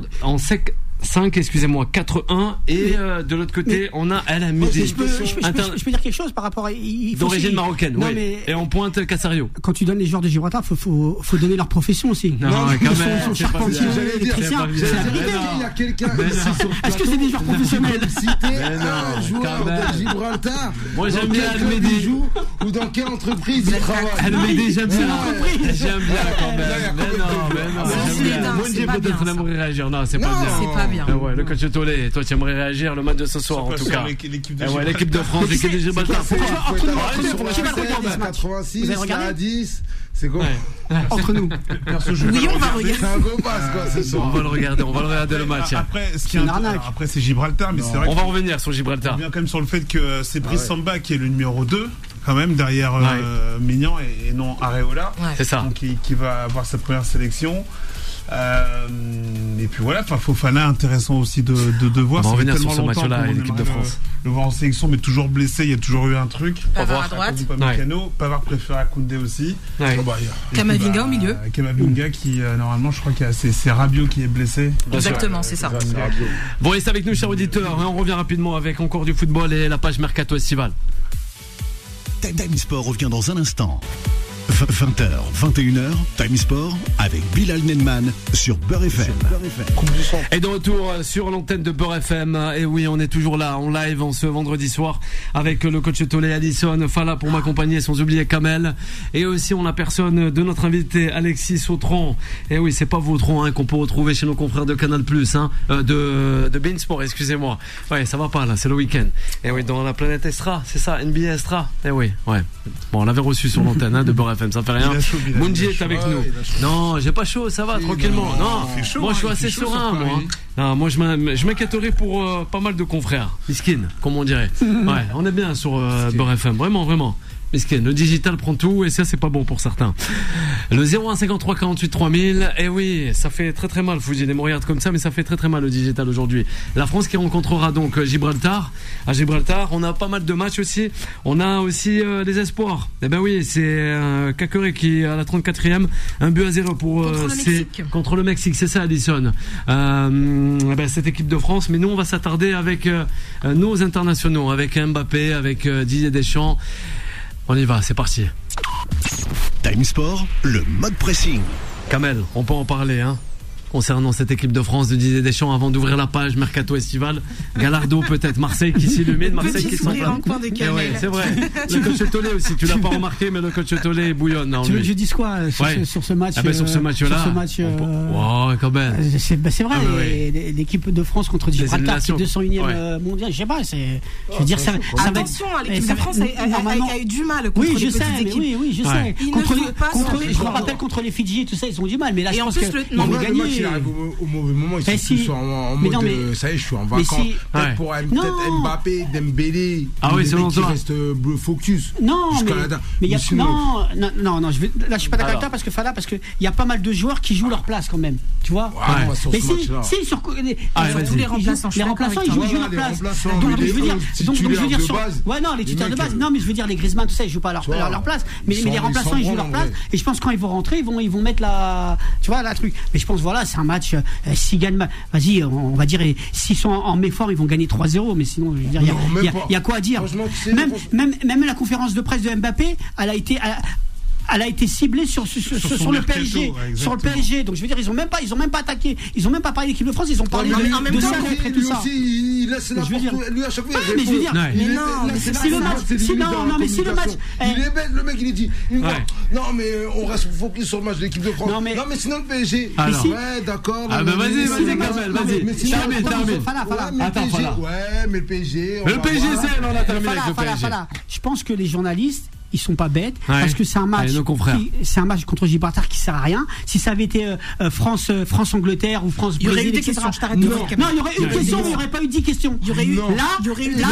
B: 4-1 et de l'autre côté on a El Hamidi.
E: Je peux dire quelque chose par rapport à
B: d'origine marocaine, oui. Mais et on pointe Casario.
E: Quand tu donnes les joueurs de Gibraltar, faut donner leur profession aussi.
B: Non, quand même.
E: Ils sont charpentiers, électriciens.
D: Il y a quelqu'un.
E: Est-ce que c'est des joueurs professionnels?
D: Un joueur de Gibraltar.
B: Moi j'aime bien El Hamidi.
D: Ou dans quelle entreprise il travaille?
B: El Hamidi, j'aime bien. J'aime bien quand même. Mais non. Mondi peut-être n'aimerait réagir. Non, c'est pas bien.
C: Bien.
B: Ouais, le coach Tolé, toi tu aimerais réagir le match de ce soir en tout cas.
G: L'équipe
B: de France, l'équipe de Gibraltar.
E: Qui va regarder ce match?
D: 86, à 10, c'est quoi?
E: Entre nous.
C: Oui, on va regarder.
D: C'est un gros passe quoi ce soir.
B: On va le regarder le match.
G: Après c'est Gibraltar, mais c'est vrai.
B: On va revenir sur Gibraltar.
G: On revient quand même sur le fait que c'est Brice Samba qui est le numéro 2 quand même derrière Maignan et non Areola.
B: C'est ça.
G: Donc qui va avoir sa première sélection. Et puis voilà, Fofana intéressant aussi de voir.
B: On va revenir sur ce match-là et l'équipe de France.
G: Le voir en sélection, mais toujours blessé, il y a toujours eu un truc.
C: Pavard à droite.
G: Pavard préféré à Koundé aussi.
C: Kamavinga au milieu.
G: Kamavinga qui normalement, je crois que c'est Rabiot qui est blessé.
C: Exactement, c'est ça.
B: Bon, restez avec nous, chers auditeurs. On revient rapidement avec encore du football et la page Mercato estival.
A: Time Sport revient dans un instant. 20h, 21h, Time Sport avec Bilal Nenman sur Beurre FM.
B: Et de retour sur l'antenne de Beurre FM. Et oui, on est toujours là en live en ce vendredi soir avec le coach Tolé, Alison, Fala pour m'accompagner, sans oublier Kamel. Et aussi, on a personne de notre invité Alexis Sautron. Et oui, c'est pas Vautron qu'on peut retrouver chez nos confrères de Canal+, de Bein Sport, excusez-moi. Ouais, ça va pas là, c'est le week-end. Et oui, dans la planète Estra, c'est ça, NBA Estra. Et oui, ouais. Bon, on l'avait reçu sur l'antenne de Beurre FM, ça fait rien. Mundi est avec nous. Non, j'ai pas chaud, ça va, tranquillement. Non,
G: chaud,
B: moi je suis assez serein, moi. Non, moi je m'inquiéterais pour pas mal de confrères. Miskin, comme on dirait. Ouais, on est bien sur Beurre FM, vraiment. Miskin, le digital prend tout et ça c'est pas bon pour certains. Le 0153 48 3000, et oui, ça fait très très mal, Fouzi, les regarde comme ça, mais ça fait très très mal le digital aujourd'hui. La France qui rencontrera donc Gibraltar. À Gibraltar, on a pas mal de matchs aussi. On a aussi les espoirs. Eh ben oui, c'est Caqueret qui à la 34e, 1-0 pour contre le Mexique, c'est ça, Alison. Cette équipe de France, mais nous on va s'attarder avec nos internationaux, avec Mbappé, avec Didier Deschamps. On y va, c'est parti.
A: Time Sport, le mode pressing.
B: Kamel, on peut en parler, concernant cette équipe de France de Didier Deschamps avant d'ouvrir la page Mercato estival. Galardo peut-être, Marseille qui s'illumine, Marseille qui s'enflamme. Ouais, c'est vrai. Le coach Tolé aussi, tu l'as pas remarqué, mais le coach Tolé bouillonne.
E: Tu veux que je dise quoi sur ce match?
B: Sur ce match-là. Quand même.
E: C'est vrai, l'équipe de France contre Gibraltar, qui est 201e mondial, je sais pas, je veux dire, ça va être.
C: Attention, l'équipe de France a eu du mal contre les petites équipes.
E: Oui, je sais. Je me rappelle contre les Fidji et tout ça, ils ont du mal, mais là, je pense qu'ils vont gagner.
D: Il arrive au mauvais moment, ils sont tous en mode ça y est, je suis en vacances. Peut-être pour Mbappé, Dembélé, qui reste focus.
E: Non, mais il y a non, là je suis pas d'accord avec toi parce que il y a pas mal de joueurs qui jouent leur place quand même, tu vois. Mais si sur tous les remplaçants, ils jouent leur place. Donc je veux dire les titulaires de base. Non, mais je veux dire les Griezmann tout ça, ils jouent pas leur place, mais les remplaçants ils jouent leur place et je pense quand ils vont rentrer, ils vont mettre la truc. Mais je pense c'est un match, s'ils gagnent, vas-y, on va dire, s'ils sont en méforme, ils vont gagner 3-0, mais sinon, je veux dire, il y a quoi à dire. Même la conférence de presse de Mbappé, elle a été elle a été ciblée sur le PSG, sur le PSG. Donc je veux dire, ils ont même pas attaqué, ils ont même pas parlé d'équipe de France, ils ont parlé de ça et tout ça.
D: Il laisse la porte, lui à chaque fois.
E: Mais je veux dire, si le match,
D: il est bête, le mec, il dit, non mais on reste focus sur le match de l'équipe de France. Non mais sinon le PSG. Ouais, d'accord.
B: Ah bah vas-y, Kamel, vas-y. Termine.
D: Attends, ouais, mais le PSG.
B: Le PSG, c'est on a terminé avec le PSG.
E: Je pense que les journalistes, ils sont pas bêtes parce que c'est un match contre Gibraltar qui sert à rien. Si ça avait été France-Angleterre ou France-Brésil, etc. Non, il y aurait une question, mais il n'y aurait pas eu 10 questions. Il y aurait eu là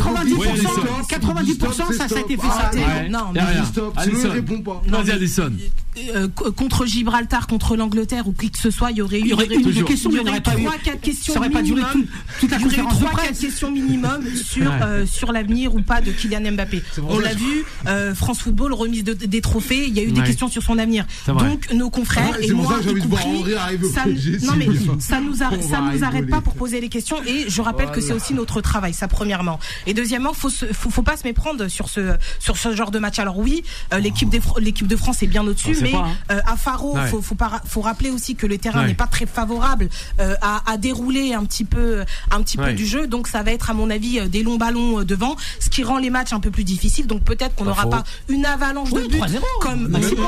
E: 90%, ça a été fait ça.
C: Non, mais
D: stop, sinon il répond pas.
B: Vas-y, Alison.
C: Contre Gibraltar, contre l'Angleterre ou qui que ce soit, il y aurait eu
E: une question, il y aurait
C: 3-4 questions.
E: Ça aurait pas duré toute la conférence de presse.
C: 3-4 questions minimum sur l'avenir ou pas de Kylian Mbappé. On l'a vu. France Football, remise des trophées, il y a eu des questions sur son avenir. Donc nos confrères et moi y compris, ça nous arrête pas pour poser les questions et je rappelle que c'est aussi notre travail, ça premièrement. Et deuxièmement, faut pas se méprendre sur ce genre de match. Alors oui, l'équipe de France est bien au-dessus, mais à Faro, faut rappeler aussi que le terrain n'est pas très favorable à dérouler un petit peu du jeu. Donc ça va être à mon avis des longs ballons devant, ce qui rend les matchs un peu plus difficiles. Donc peut-être qu'on n'aura pas une avalanche de buts comme maximum.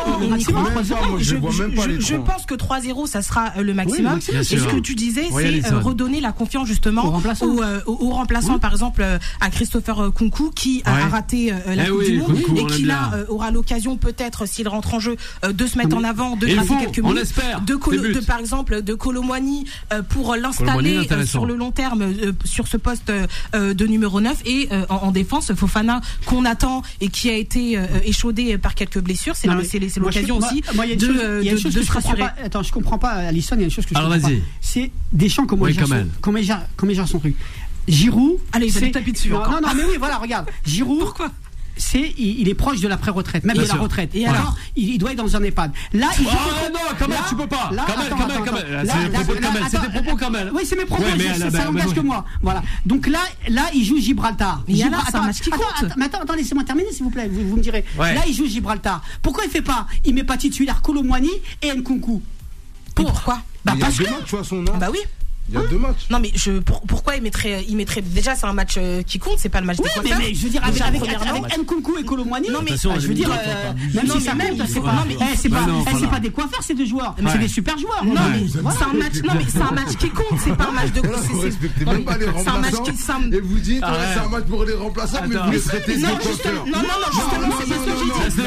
C: Je pense que 3-0 ça sera le maximum. Et ce que tu disais, c'est redonner la confiance justement aux remplaçants, par exemple à Christopher Nkunku qui a raté la Coupe du Monde et qui là aura l'occasion peut-être s'il rentre en jeu de se mettre en avant, de tracer quelques minutes, par exemple de Kolo Muani pour l'installer sur le long terme sur ce poste de numéro 9 et en défense Fofana qu'on attend et qui a été échaudé par quelques blessures, c'est l'occasion aussi de se rassurer.
E: Attends, je comprends pas, Alison, il y a une chose que je comprends pas. C'est Deschamps comment il gère son truc. Giroud,
C: allez, il tapis dessus.
E: Non, mais oui, voilà, regarde. Giroud. Pourquoi? Il est proche de la pré-retraite, même de la retraite. Et alors, il doit être dans un EHPAD. Là, il
B: non, Kamel, tu peux pas. Kamel. C'est des propos, Kamel.
E: Oui, c'est mes propos, ça n'engage que moi. Voilà. Donc là, il joue Gibraltar.
C: C'est un match qui compte.
E: Mais attends, laissez-moi terminer, s'il vous plaît. Vous me direz. Là, il joue Gibraltar. Pourquoi il met pas titulaire Kolo Muani et Nkunku?
C: Pourquoi?
D: Parce que. Tu vois son nom.
C: Bah oui.
D: Il y a 2 matchs.
C: Non mais pourquoi il mettrait déjà c'est un match qui compte, c'est pas le match des coiffeurs.
E: Mais je veux dire avec Nkunku et Kolo Muani, non mais je veux dire même si ça compte, c'est pas des coiffeurs ces deux joueurs, c'est des super joueurs.
C: Non mais c'est un match qui compte, c'est pas un match de
D: vous respectez même pas les remplaçants et vous dites c'est un match pour les remplaçants mais vous les traitez de coiffeurs.
C: Non justement c'est ce que j'ai dit.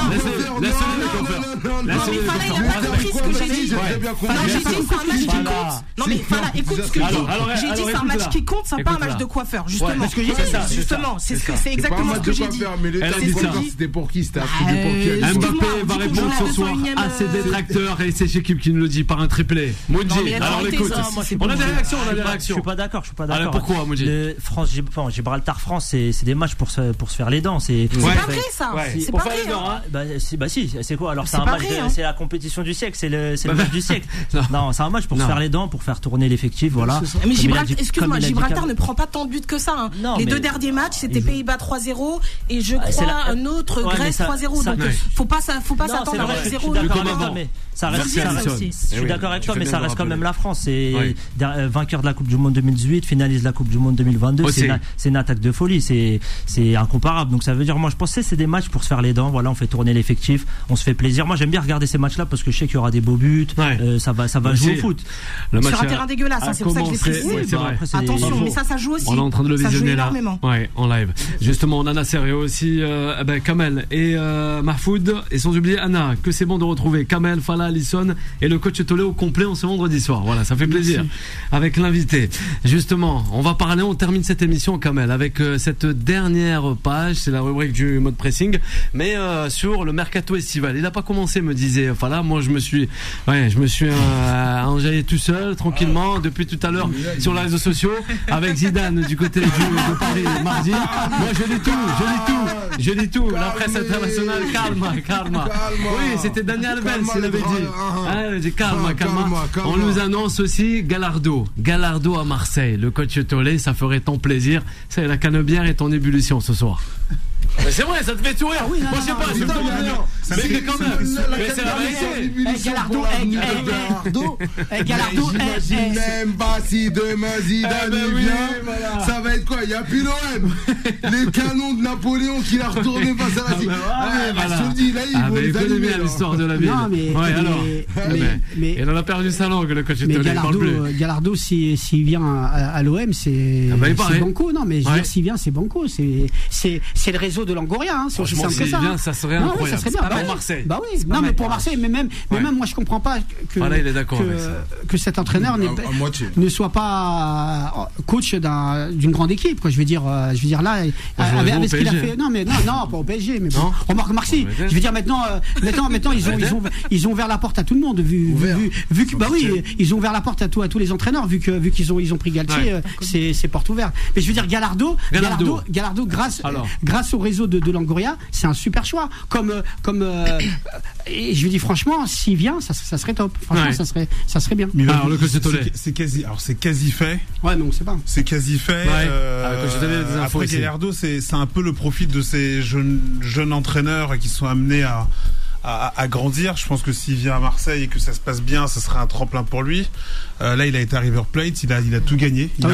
C: Laissez-les coiffeurs. Il a compris ce que j'ai dit. J'ai dit c'est un match qui compte. Non mais écoute ce que j'ai dit, c'est un match qui compte, c'est pas un match de coiffeur, justement. Justement, c'est exactement ce que j'ai dit.
D: C'était pour qui? C'était
B: Mbappé va répondre ce soir à ses détracteurs et c'est l'équipe qui nous le dit par un triplé. Moudji, alors écoute, on a des réactions.
F: Je suis pas d'accord.
B: Pourquoi, Moudji?
F: Gibraltar-France, c'est des matchs pour se faire les dents.
C: C'est pas vrai ça. C'est pas
F: vrai. Bah si, c'est quoi? Alors c'est un match, c'est la compétition du siècle, c'est le match du siècle. Non, c'est un match pour se faire les dents, pour faire tourner l'effectif, voilà.
C: Mais Gibraltar ne prend pas tant de buts que ça. Les 2 derniers matchs, c'était Pays-Bas 3-0 et je crois un autre Grèce 3-0. Donc faut pas s'attendre à un 0.
F: Je suis d'accord avec toi, mais ça reste quand même la France. C'est vainqueur de la Coupe du Monde 2018, finalise la Coupe du Monde 2022. C'est une attaque de folie, c'est incomparable. Donc ça veut dire, moi je pensais c'est des matchs pour se faire les dents. Voilà, on fait tourner l'effectif, on se fait plaisir. Moi j'aime bien regarder ces matchs-là parce que je sais qu'il y aura des beaux buts. Ça va jouer au foot.
C: Sur un terrain dégueulasse, c'est pour ça que je l'ai précisé. Attention, mais ça joue aussi.
B: On est en train de le visionner là. Ouais, en live. Justement, on a Nasser et aussi Kamel et Mahfoud et sans oublier Anna, que c'est bon de retrouver Kamel, Fala, Alison et le coach Tolé au complet en ce vendredi soir. Voilà, ça fait plaisir. Avec l'invité. Justement, on termine cette émission, Kamel, avec cette dernière page, c'est la rubrique du mode pressing, mais sur le mercato estival. Il n'a pas commencé, me disait Fala. Moi, je me suis enjaillé tout seul, tranquillement, depuis tout à l'heure sur les réseaux sociaux, avec Zidane du côté de Paris mardi. Moi, je lis tout. La presse internationale, calma. Oui, c'était Daniel Alves, il avait dit. Calma. On nous annonce aussi Gallardo à Marseille. Le coach Tolé, ça ferait tant plaisir. La canebière est en ébullition ce soir. Mais c'est vrai, ça te fait sourire. Oui, moi je sais pas, c'est pas mais quand même. Mais c'est la vérité.
E: Gallardo,
D: j'imagine même pas si demain Zidane vient. Ça va être quoi? Il y a plus l'OM. Les canons de Napoléon qui l'a retourné face à la Syrie. Je te le dis, là, il faut les
B: allumer. Bien l'histoire de la ville. Non, mais il en a perdu sa langue, le coach.
E: Mais Gallardo, s'il vient à l'OM, c'est banco. Non, mais je veux dire, s'il vient, c'est banco. C'est le réseau de Langoria. C'est aussi simple que ça.
B: Ça serait incroyable. Ça serait bien. Pour Marseille.
E: Bah oui. Non, mais pour Marseille, mais même moi, je comprends pas que cet entraîneur ne soit pas coach d'une grande équipe. Je veux dire là, avec ce qu'il a fait. Non, pas au PSG. Mais remarque Marseille. Je veux dire maintenant, ils ont ouvert la porte à tout le monde. Vu que bah oui, ils ont ouvert la porte à tous les entraîneurs. Vu qu'ils ont pris Galtier, c'est porte ouverte. Mais je veux dire Gallardo, grâce au réseau de Langoria, c'est un super choix. Et je lui dis franchement, s'il vient, ça serait top. Franchement, ça serait bien.
G: Mais alors, c'est quasi fait.
E: Ouais, mais on sait pas.
G: C'est quasi fait. Après Gallardo, c'est un peu le profil de ces jeunes entraîneurs qui sont amenés à grandir. Je pense que s'il vient à Marseille et que ça se passe bien, ça sera un tremplin pour lui. Là, il a été à River Plate, il a tout gagné. Il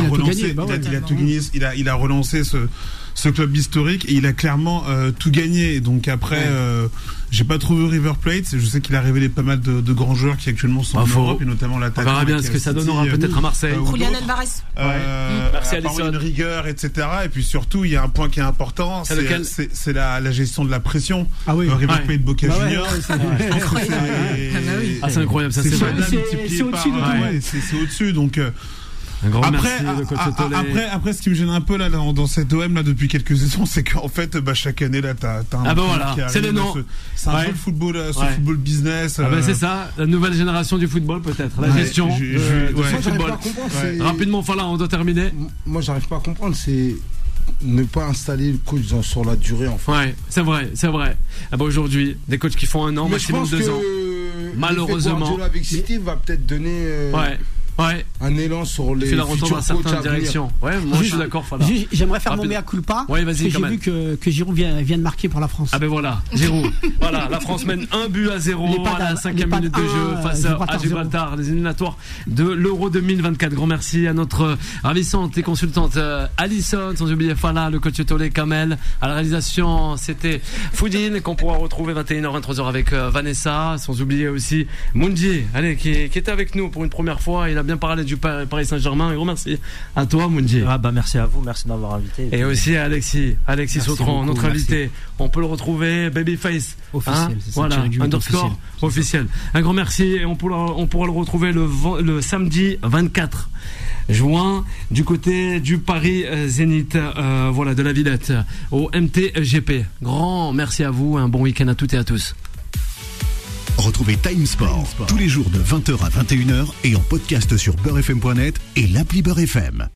G: a relancé ce club historique et il a clairement tout gagné. Et donc après, j'ai pas trouvé River Plate. Je sais qu'il a révélé pas mal de grands joueurs qui actuellement sont en Europe et notamment la.
B: On verra bien ce que ça donnera peut-être à Marseille.
C: Julian Alvarez.
B: Merci Alisson.
G: Une rigueur, etc. Et puis surtout, il y a un point qui est important, c'est la gestion de la pression.
E: Ah oui.
G: River Plate, Boca Juniors.
B: C'est incroyable, ça c'est vrai.
E: C'est au-dessus de tout.
G: C'est au-dessus, donc.
B: Un grand merci de coach Tollet.
G: Après, ce qui me gêne un peu là dans cette OM là depuis quelques saisons, c'est qu'en fait, chaque année là, t'as un
B: qui arrive, c'est le nom.
G: C'est un peu le football, football business.
B: C'est ça, la nouvelle génération du football peut-être, la gestion du football. Rapidement, on doit terminer.
D: Moi, j'arrive pas à comprendre, c'est ne pas installer le coach sur la durée en fait.
B: Ouais, c'est vrai. Aujourd'hui, des coachs qui font 1 an, maximum 2 ans. Malheureusement.
D: Avec City va peut-être donner. Un élan sur les futurs
B: dans certaines directions. Ouais, moi je suis d'accord.
E: J'aimerais faire mon mea culpa.
B: Ouais, vas-y,
E: j'ai vu que Giroud vient de marquer pour la France.
B: Ah ben voilà, Giroud. Voilà, la France mène 1-0 à la 5e minute de jeu face à Gibraltar, les éliminatoires de l'Euro 2024. Grand merci à notre ravissante et consultante Alisson, sans oublier Fala, le coach Tollet, Kamel. À la réalisation, c'était Foudine qu'on pourra retrouver 21h, 23h avec Vanessa, sans oublier aussi Mundi, qui était avec nous pour une première fois. Il a bien parlé du Paris Saint-Germain. Un gros merci à toi, Mundi.
F: Merci à vous, merci de m'avoir invité.
B: Et aussi à Alexis Sautron, notre invité. On peut le retrouver, Babyface
H: officiel.
B: Voilà, _ officiel. Un grand merci et on pourra le retrouver le samedi 24 juin du côté du Paris Zénith, de la Villette au MTGP. Grand merci à vous, un bon week-end à toutes et à tous.
A: Retrouvez Time Sport tous les jours de 20h à 21h et en podcast sur beurrefm.net et l'appli Beurre FM.